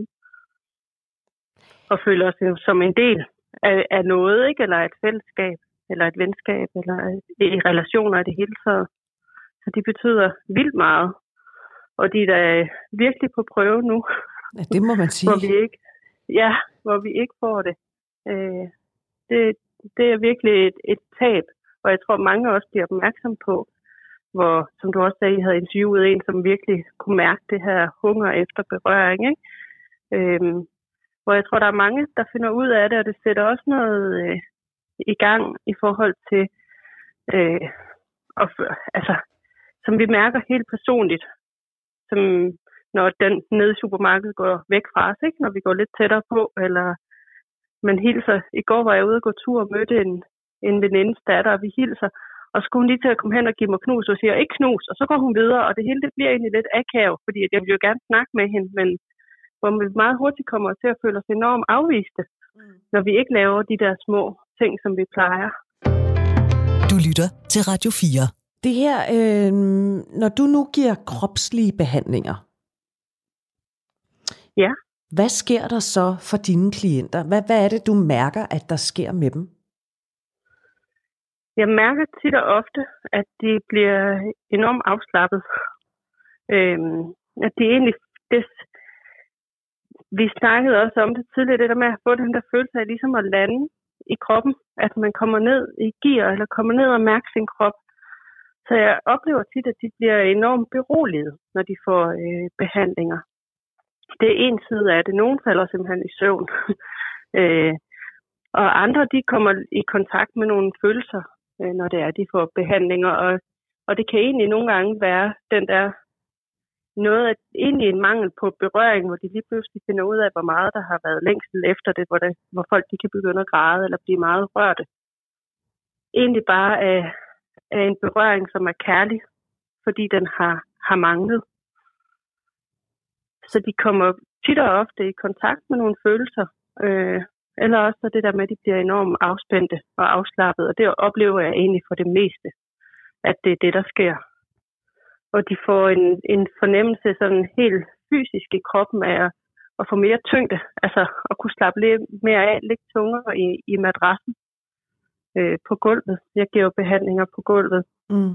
Og føler os som en del af noget, ikke? Eller et fællesskab, eller et venskab, eller i relationer i det hele taget. Så de betyder vildt meget. Og de er da virkelig på prøve nu. Ja, det må man sige. Hvor vi ikke får det. Det er virkelig et tab, og jeg tror, mange også bliver opmærksom på, hvor, som du også sagde, I havde interviewet en, som virkelig kunne mærke det her hunger efter berøring, ikke? Hvor jeg tror, der er mange, der finder ud af det, og det sætter også noget i gang i forhold til, som vi mærker helt personligt, som når den nede i supermarkedet går væk fra os, ikke? Når vi går lidt tættere på, eller man hilser. I går var jeg ude og gå tur og mødte en venindes datter, og vi hilser, og så skulle hun lige til at komme hen og give mig knus, og siger, ikke knus, og så går hun videre, og det hele det bliver egentlig lidt akavet, fordi jeg vil jo gerne snakke med hende, men hvor man meget hurtigt kommer til at føle os enormt afviste, når vi ikke laver de der små ting, som vi plejer. Du lytter til Radio 4. Det her, når du nu giver kropslige behandlinger, ja. Hvad sker der så for dine klienter? Hvad er det, du mærker, at der sker med dem? Jeg mærker tit og ofte, at de bliver enormt afslappet. At de egentlig... Vi snakkede også om det tidligere, det der med at få den der følelse af ligesom at lande i kroppen. At man kommer ned i gear, eller kommer ned og mærker sin krop. Så jeg oplever tit, at de bliver enormt beroliget, når de får behandlinger. Det er en side af det. Nogle falder simpelthen i søvn. Og andre, de kommer i kontakt med nogle følelser, når det er, de får behandlinger. Og det kan egentlig nogle gange være den der noget af egentlig en mangel på berøring, hvor de lige pludselig finder ud af, hvor meget der har været længsel efter det, hvor folk de kan begynde at græde eller blive meget rørte. Egentlig bare af en berøring, som er kærlig, fordi den har manglet. Så de kommer tit og ofte i kontakt med nogle følelser, eller også det der med, at de bliver enormt afspændte og afslappet, og det oplever jeg egentlig for det meste, at det er det, der sker. Og de får en fornemmelse sådan helt fysisk i kroppen af at få mere tyngde, altså at kunne slappe lidt mere af, lidt tungere i madrassen på gulvet. Jeg giver behandlinger på gulvet. Mm.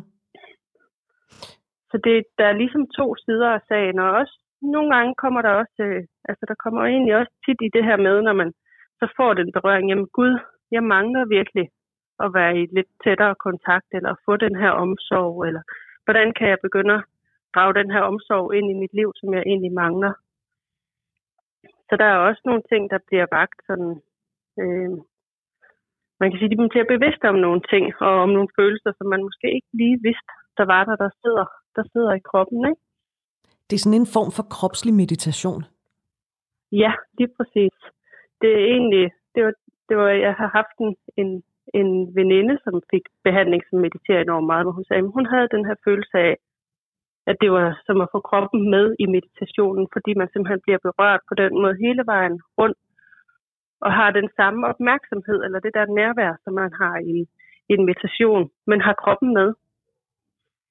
Så der er ligesom to sider af sagen, og også nogle gange kommer der også, der kommer egentlig også tit i det her med, når man så får den berøring, jamen Gud, jeg mangler virkelig at være i lidt tættere kontakt, eller få den her omsorg, eller hvordan kan jeg begynde at drage den her omsorg ind i mit liv, som jeg egentlig mangler. Så der er også nogle ting, der bliver vagt sådan, man kan sige, at de bliver bevidste om nogle ting, og om nogle følelser, som man måske ikke lige vidste, der sidder i kroppen, ikke? Det er sådan en form for kropslig meditation. Ja, lige præcis. Det er egentlig, jeg har haft en veninde, som fik behandling, som mediterer enormt meget, hvor hun sagde, at hun havde den her følelse af, at det var som at få kroppen med i meditationen, fordi man simpelthen bliver berørt på den måde hele vejen rundt, og har den samme opmærksomhed, eller det der nærvær, som man har i en meditation, men har kroppen med.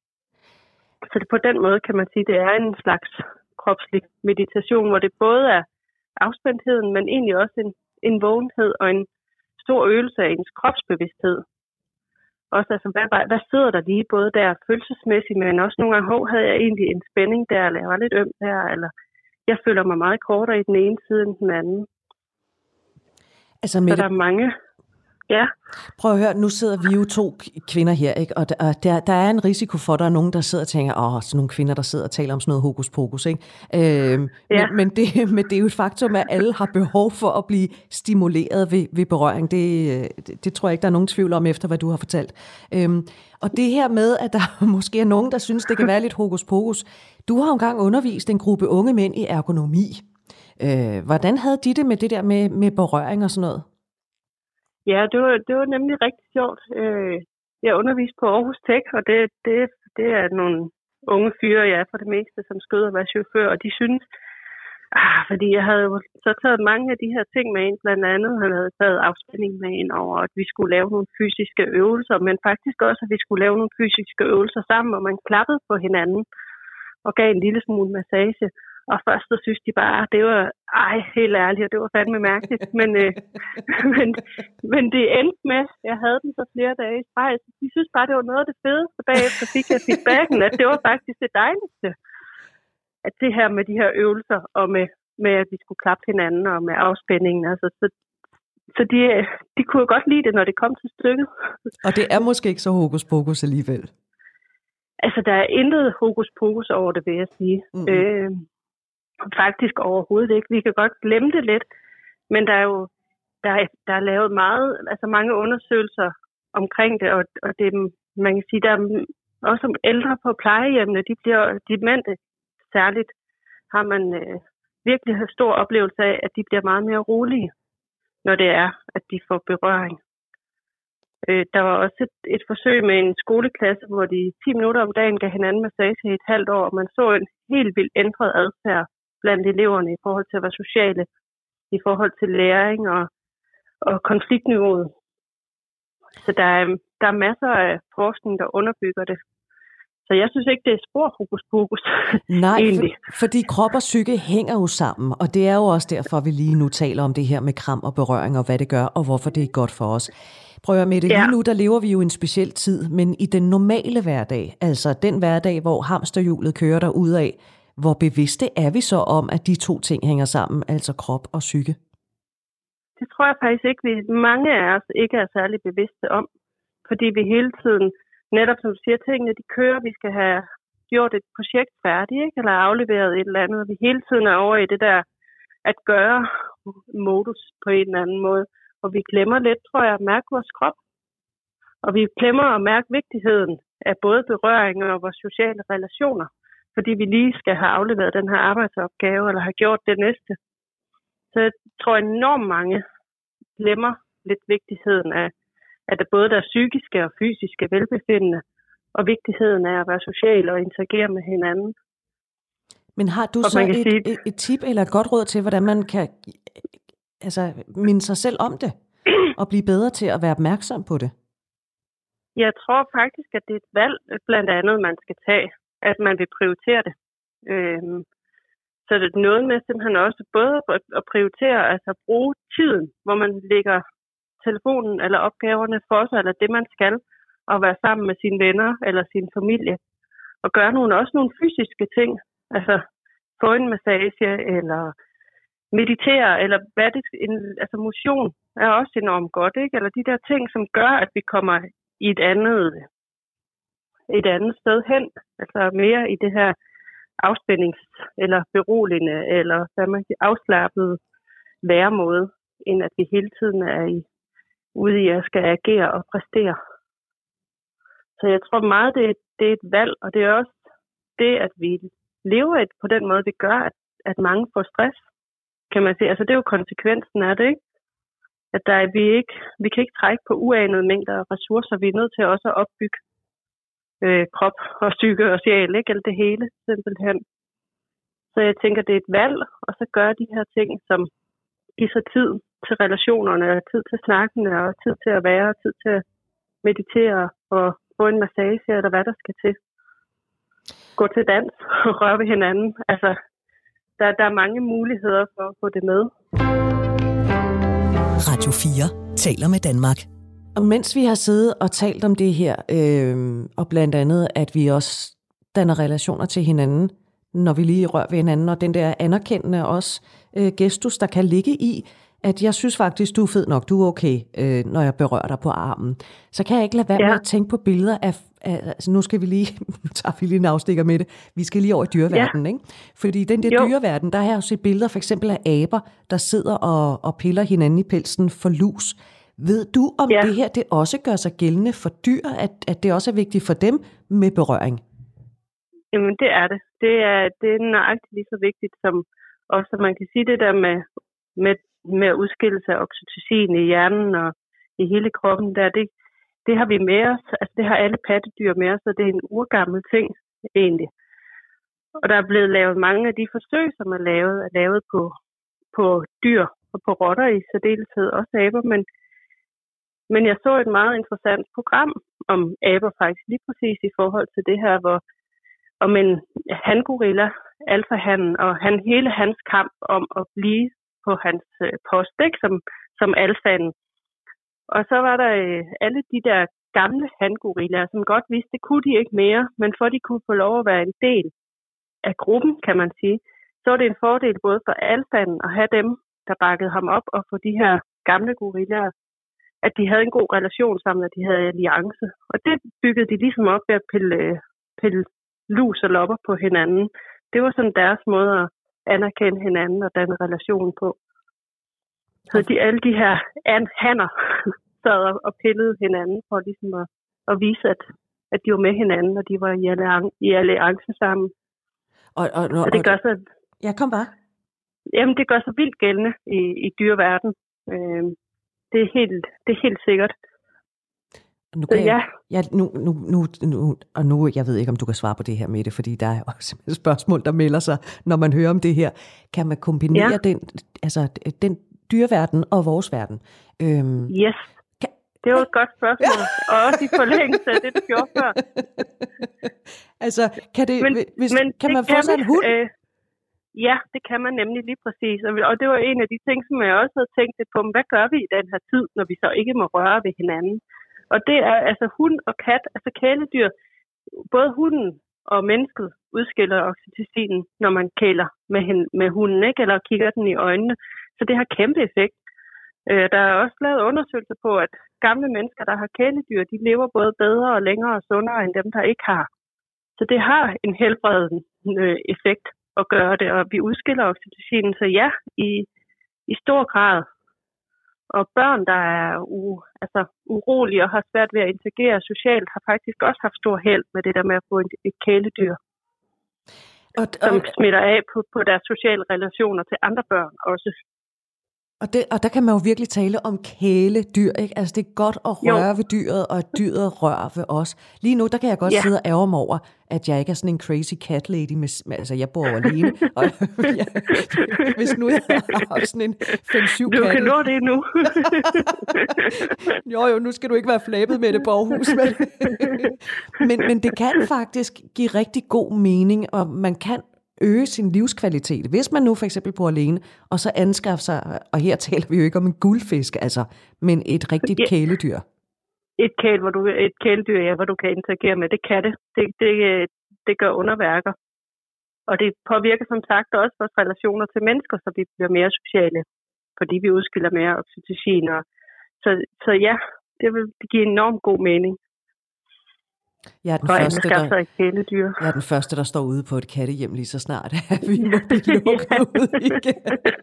Så det, på den måde kan man sige, det er en slags kropslig meditation, hvor det både er afspændtheden, men egentlig også en vågenhed og en stor øvelse af ens kropsbevidsthed. Også altså, hvad sidder der lige både der følelsesmæssigt, men også nogle gange, havde jeg egentlig en spænding der, eller jeg var lidt øm der, eller jeg føler mig meget kortere i den ene side end den anden. Altså, Mette, så der er mange. Ja. Prøv at høre, nu sidder vi jo 2 kvinder her, ikke? Og der er en risiko for, at der er nogen, der sidder og tænker, sådan nogle kvinder, der sidder og taler om sådan noget hokus pokus, ikke? Ja. Men det er jo et faktum, at alle har behov for at blive stimuleret ved berøring. Det tror jeg ikke, der er nogen tvivl om, efter hvad du har fortalt. Og det her med, at der måske er nogen, der synes, det kan være lidt hokus pokus. Du har jo engang undervist en gruppe unge mænd i ergonomi. Hvordan havde de det med det der med berøring og sådan noget? Ja, det var nemlig rigtig sjovt. Jeg underviste på Aarhus Tech, og det er nogle unge fyre, jeg er for det meste, som skød at være chauffør, og de synes, fordi jeg havde så taget mange af de her ting med ind, blandt andet han havde taget afspænding med ind over, at vi skulle lave nogle fysiske øvelser, men faktisk også, at vi skulle lave nogle fysiske øvelser sammen, hvor man klappede på hinanden og gav en lille smule massage. Og først så synes de bare, det var helt ærligt, og det var fandme mærkeligt. Men det endte med, jeg havde den så flere dage i streg, så de synes bare, det var noget af det fedeste. Bagefter fik jeg feedbacken, at det var faktisk det dejligste. At det her med de her øvelser, og med at vi skulle klappe hinanden, og med afspændingen. Altså, så de kunne jo godt lide det, når det kom til stykket. Og det er måske ikke så hokus pokus alligevel? Altså, der er intet hokus pokus over det, vil jeg sige. Faktisk overhovedet ikke. Vi kan godt glemme det lidt, men der er jo der er lavet mange undersøgelser omkring det, og det, man kan sige, der er også som ældre på plejehjemmene, de bliver demente særligt, har man virkelig en stor oplevelse af, at de bliver meget mere rolige, når det er, at de får berøring. Der var også et forsøg med en skoleklasse, hvor de 10 minutter om dagen gav hinanden massage i et halvt år, og man så en helt vildt ændret adfærd blandt eleverne i forhold til at være sociale, i forhold til læring og konfliktniveauet. Så der er masser af forskning, der underbygger det. Så jeg synes ikke, det er spor hokus pokus. Nej, fordi krop og psyke hænger jo sammen, og det er jo også derfor, vi lige nu taler om det her med kram og berøring, og hvad det gør, og hvorfor det er godt for os. Prøv at med det lige nu, der lever vi jo en speciel tid, men i den normale hverdag, altså den hverdag, hvor hamsterhjulet kører derudad, hvor bevidste er vi så om, at de 2 ting hænger sammen, altså krop og psyke? Det tror jeg faktisk ikke, mange af os ikke er særlig bevidste om, fordi vi hele tiden, netop som du siger, tingene de kører, vi skal have gjort et projekt færdigt, ikke? Eller afleveret et eller andet, og vi hele tiden er over i det der at gøre modus på en eller anden måde, og vi glemmer lidt, tror jeg, at mærke vores krop, og vi glemmer at mærke vigtigheden af både berøring og vores sociale relationer, fordi vi lige skal have afleveret den her arbejdsopgave, eller have gjort det næste. Så jeg tror enormt mange glemmer lidt vigtigheden af det både der psykiske og fysiske velbefindende, og vigtigheden af at være social og interagere med hinanden. Men har du så et tip eller et godt råd til, hvordan man kan minde sig selv om det, og blive bedre til at være opmærksom på det? Jeg tror faktisk, at det er et valg, blandt andet, man skal tage, at man vil prioritere det. Så det er noget med simpelthen også både at prioritere, altså at bruge tiden, hvor man lægger telefonen eller opgaverne for sig, eller det man skal, og være sammen med sine venner eller sin familie, og gøre også nogle fysiske ting, altså få en massage, eller meditere, eller hvad det altså motion er også enormt godt, ikke? Eller de der ting, som gør, at vi kommer i et andet sted hen, altså mere i det her afspændings- eller beroligende, eller hvad man siger, afslappet væremåde, end at vi hele tiden er ude i at skal agere og præstere. Så jeg tror meget, det er et valg, og det er også det, at vi lever på den måde, vi gør, at mange får stress, kan man sige. Altså det er jo konsekvensen af det, ikke? At vi kan ikke trække på uanede mængder af ressourcer. Vi er nødt til også at opbygge krop og psyke og sjæl, ikke? Eller det hele, simpelthen. Så jeg tænker, det er et valg, og så gøre de her ting, som giver sig tid til relationerne, og tid til snakkene, og tid til at være, og tid til at meditere, og få en massage, eller hvad der skal til. gå til dans og røre ved hinanden. Altså, der er mange muligheder for at få det med. Radio 4 taler med Danmark. Og mens vi har siddet og talt om det her, og blandt andet, at vi også danner relationer til hinanden, når vi lige rører ved hinanden, og den der anerkendende også gestus, der kan ligge i, at jeg synes faktisk, du er fed nok, du er okay, når jeg berører dig på armen. Så kan jeg ikke lade være med at tænke på billeder af altså nu skal vi lige, nu tager vi lige en afstikker med det, vi skal lige over i dyreverdenen, ikke? Fordi den der dyreverden, der har jeg jo set billeder for eksempel af aber, der sidder og piller hinanden i pelsen for lus. Ved du, om det her, det også gør sig gældende for dyr, at det også er vigtigt for dem med berøring? Jamen, det er det. Det er nøjagtigt lige så vigtigt, som også man kan sige det der med udskillelse af oxytocin i hjernen og i hele kroppen, det har vi med os. Altså, det har alle pattedyr med os, og det er en urgammel ting, egentlig. Og der er blevet lavet mange af de forsøg, som er lavet på dyr og på rotter i særdeleshed, også aber, men jeg så et meget interessant program om aber faktisk lige præcis i forhold til det her, hvor om en hangorilla, alfahannen, og hele hans kamp om at blive på hans post, ikke? Som alfanen. Og så var der alle de der gamle hangorillaer, som godt vidste, det kunne de ikke mere, men for at de kunne få lov at være en del af gruppen, kan man sige, så var det en fordel både for alfanen at have dem, der bakkede ham op, og for de her gamle gorillaer, at de havde en god relation sammen, at de havde alliance. Og det byggede de ligesom op ved at pille lus og lopper på hinanden. Det var sådan deres måde at anerkende hinanden og danne relation på. Så alle de her hanner sad og pillede hinanden for ligesom at vise, at de var med hinanden, og de var i alliance sammen. Og det gør så... Ja, kom bare. Jamen, det gør så vildt gældende i dyreverden. Det er helt sikkert. Nu kan jeg ved ikke, om du kan svare på det her med det, fordi der er også et spørgsmål, der melder sig, når man hører om det her. Kan man kombinere den dyreverden og vores verden? Yes. Det er jo et godt spørgsmål, og også i forlængelse af det, du gjorde før. Altså, kan man få sig en hund? Ja, det kan man nemlig lige præcis. Og det var en af de ting, som jeg også havde tænkt lidt på, hvad gør vi i den her tid, når vi så ikke må røre ved hinanden? Og det er altså hund og kat, altså kæledyr. Både hunden og mennesket udskiller oxytocin, når man kæler med hunden, ikke? Eller kigger den i øjnene. Så det har kæmpe effekt. Der er også lavet undersøgelser på, at gamle mennesker, der har kæledyr, de lever både bedre og længere og sundere end dem, der ikke har. Så det har en helbredende effekt at gøre det, og vi udskiller oxytocin. Så ja, i stor grad. Og børn, der er urolige og har svært ved at interagere socialt, har faktisk også haft stor held med det der med at få et kæledyr, som smitter af på deres sociale relationer til andre børn også. Og der kan man jo virkelig tale om kæledyr, ikke? Altså det er godt at røre ved dyret, og dyret rører ved os. Lige nu, der kan jeg godt sidde og ærge mig over, at jeg ikke er sådan en crazy cat lady, altså jeg bor alene, og hvis nu jeg har sådan en 5-7 katte. Du kan nå det nu. jo, nu skal du ikke være flabet med det på Aarhus, men det kan faktisk give rigtig god mening, og man kan øge sin livskvalitet. Hvis man nu for eksempel bor alene, og så anskaffer sig, og her taler vi jo ikke om en guldfisk, altså, men et rigtigt kæledyr. Et kæledyr, hvor du kan interagere med, det kan det. Det gør underværker. Og det påvirker som sagt også vores relationer til mennesker, så vi bliver mere sociale, fordi vi udskiller mere oxytocin. Så ja, det vil give enormt god mening. Jeg er den første, der står ude på et kattehjem lige så snart, at vi må blive lukket ud igen.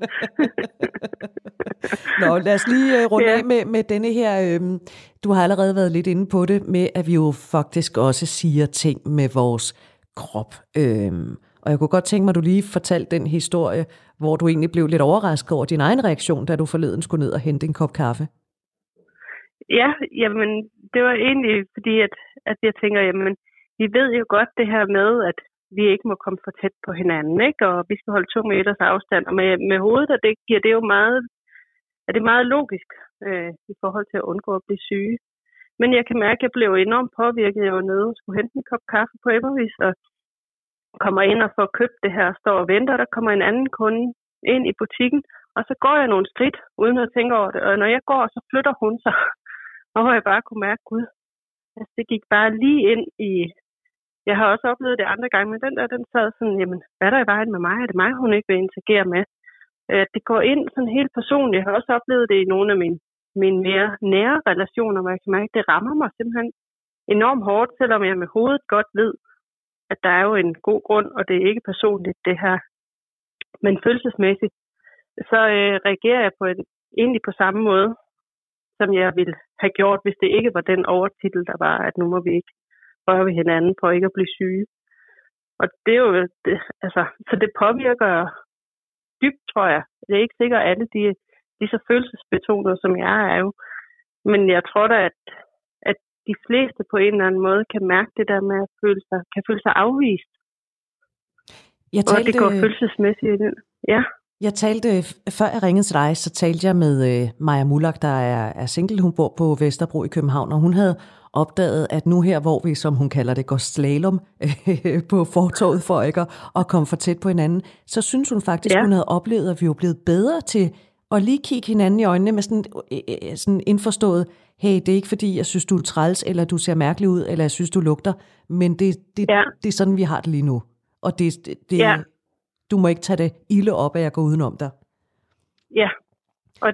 Nå, lad os lige runde af med denne her. Du har allerede været lidt inde på det, med at vi jo faktisk også siger ting med vores krop. Og jeg kunne godt tænke mig, at du lige fortalte den historie, hvor du egentlig blev lidt overrasket over din egen reaktion, da du forleden skulle ned og hente en kop kaffe. Ja, jamen, det var egentlig fordi, at jeg tænker, jamen, vi ved jo godt det her med, at vi ikke må komme for tæt på hinanden, ikke? Og vi skal holde 2 meters afstand. Og med hovedet, og det giver det jo meget logisk i forhold til at undgå at blive syge. Men jeg kan mærke, at jeg blev enormt påvirket. Jeg var nede og skulle hente en kop kaffe på Evervis, kommer ind og får købt det her, står og venter, der kommer en anden kunde ind i butikken, og så går jeg nogle skridt, uden at tænke over det, og når jeg går, så flytter hun sig, og hvor jeg bare kunne mærke, gud, altså det gik bare lige ind i, jeg har også oplevet det andre gange, men den sad sådan, jamen, hvad er der i vejen med mig? Er det mig, hun ikke vil interagere med? Det går ind sådan helt personligt. Jeg har også oplevet det i nogle af mine mere nære relationer, hvor jeg kan mærke, det rammer mig simpelthen enormt hårdt, selvom jeg med hovedet godt ved, at der er jo en god grund, og det er ikke personligt, det her. Men følelsesmæssigt, så reagerer jeg egentlig på samme måde, som jeg ville have gjort, hvis det ikke var den overtitel, der var, at nu må vi ikke røre ved hinanden for ikke at blive syge. Og det er jo, så det påvirker dybt, tror jeg. Det er ikke sikkert, at alle de er så følelsesbetonede, som jeg er jo. Men jeg tror da, at de fleste på en eller anden måde kan mærke det der med at føle sig afvist. Og det går følelsesmæssigt i den. Ja. Jeg talte, før jeg ringede til dig, så talte jeg med Maja Mullak, der er single. Hun bor på Vesterbro i København, og hun havde opdaget, at nu her, hvor vi, som hun kalder det, går slalom på fortovet for ikke at komme for tæt på hinanden, så synes hun faktisk, hun havde oplevet, at vi var blevet bedre til at lige kigge hinanden i øjnene med sådan indforstået, hey, det er ikke fordi, jeg synes, du er træls, eller du ser mærkelig ud, eller jeg synes, du lugter, men det er sådan, vi har det lige nu. Og du må ikke tage det ilde op, at jeg går udenom dig. Ja, og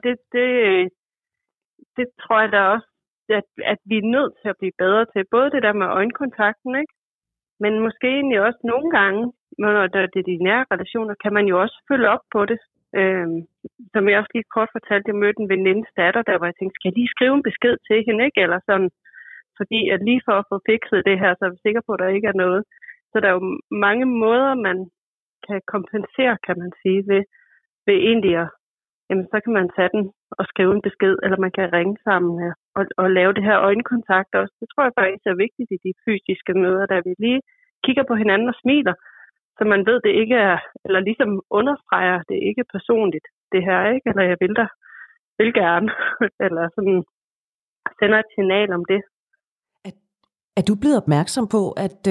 det tror jeg da også, at vi er nødt til at blive bedre til. Både det der med øjenkontakten, ikke? Men måske egentlig også nogle gange, når det er de nære relationer, kan man jo også følge op på det. Som jeg også lige kort fortalte, jeg mødte en venindes datter, der hvor jeg tænkte, skal jeg lige skrive en besked til hende, ikke? Eller sådan, fordi at lige for at få fikset det her, så er vi sikre på, at der ikke er noget. Så der er jo mange måder, man kan kompensere, kan man sige, ved egentlig at, jamen, så kan man tage den og skrive en besked, eller man kan ringe sammen og lave det her øjenkontakt også. Det tror jeg faktisk er vigtigt i de fysiske møder, der vi lige kigger på hinanden og smiler, så man ved, det ikke er, eller ligesom understreger, det er ikke personligt, det her, ikke? Eller jeg vil gerne, eller sådan sender et signal om det. Er du blevet opmærksom på,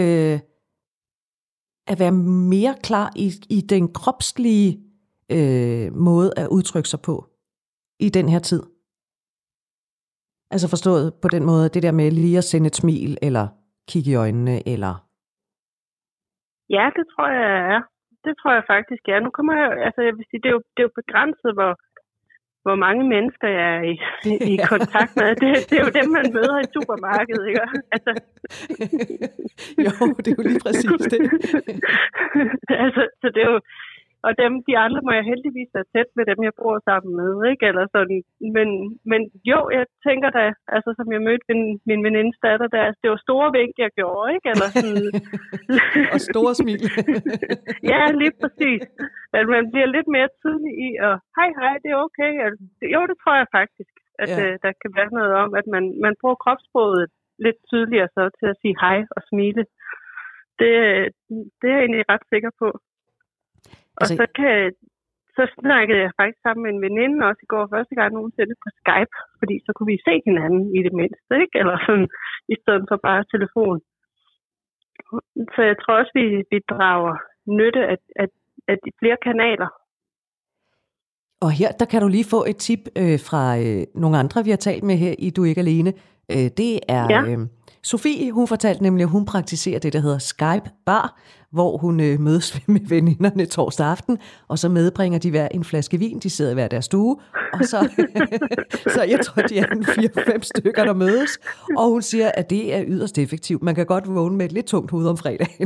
at være mere klar i den kropslige måde at udtrykke sig på i den her tid? Altså forstået på den måde, det der med lige at sende et smil, eller kigge i øjnene, eller... Ja, det tror jeg er. Det tror jeg faktisk er. Nu kommer jeg, altså jeg vil sige, det er jo begrænset, hvor mange mennesker jeg er i kontakt med. Det er jo dem, man møder i supermarkedet, ikke? Altså. Jo, det er jo lige præcis det. Altså, så det er jo, og de andre må jeg heldigvis være tæt med dem, jeg bor sammen med, ikke? Eller sådan. Men jo, jeg tænker da, altså som jeg mødte min venindes datter, det var store vink, jeg gjorde, ikke? Eller sådan. Og store smil. Ja, lige præcis. At man bliver lidt mere tydelig i, og hej, det er okay. Altså, jo, det tror jeg faktisk, at der kan være noget om, at man bruger kropssproget lidt tydeligere så til at sige hej og smile. Det er jeg egentlig ret sikker på. Og så snakkede jeg faktisk sammen med en veninde også i går, første gang nogensinde på Skype, fordi så kunne vi se hinanden i det mindste, ikke? Eller sådan, i stedet for bare telefon. Så jeg tror også, vi drager nytte af de flere kanaler. Og her, der kan du lige få et tip fra nogle andre, vi har talt med her i Du er ikke alene. Det er Sofie, hun fortalte nemlig, at hun praktiserer det, der hedder Skype Bar, hvor hun mødes med veninderne torsdag aften, og så medbringer de hver en flaske vin, de sidder i hver deres stue, og så jeg tror, de er 4-5 stykker, der mødes, og hun siger, at det er yderst effektivt. Man kan godt vågne med et lidt tungt hoved om fredagen.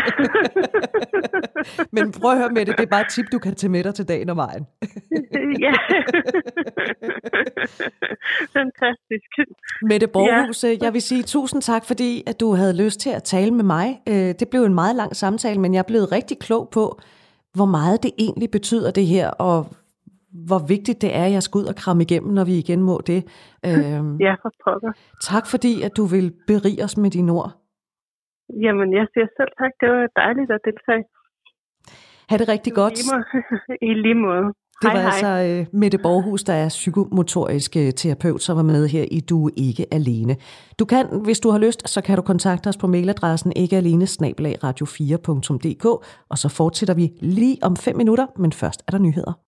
Men prøv at høre med det er bare et tip, du kan tage med dig til dagen og vejen. Ja. Fantastisk. Mette Borghus, jeg vil sige tusind tak, fordi at du havde lyst til at tale med mig. Det blev en meget lang samtale, men jeg er blevet rigtig klog på, hvor meget det egentlig betyder det her, og hvor vigtigt det er, at jeg skal ud og kramme igennem, når vi igen må det. Ja, for pokker. Tak fordi, at du vil berige os med dine ord. Jamen, jeg siger selv tak. Det var dejligt at deltage. Ha' det rigtig godt. I lige måde. Det var altså Mette Borghus, der er psykomotorisk terapeut, som var med her i Du er ikke alene. Du kan, hvis du har lyst, så kan du kontakte os på mailadressen ikkealene@radio4.dk, og så fortsætter vi lige om 5 minutter, men først er der nyheder.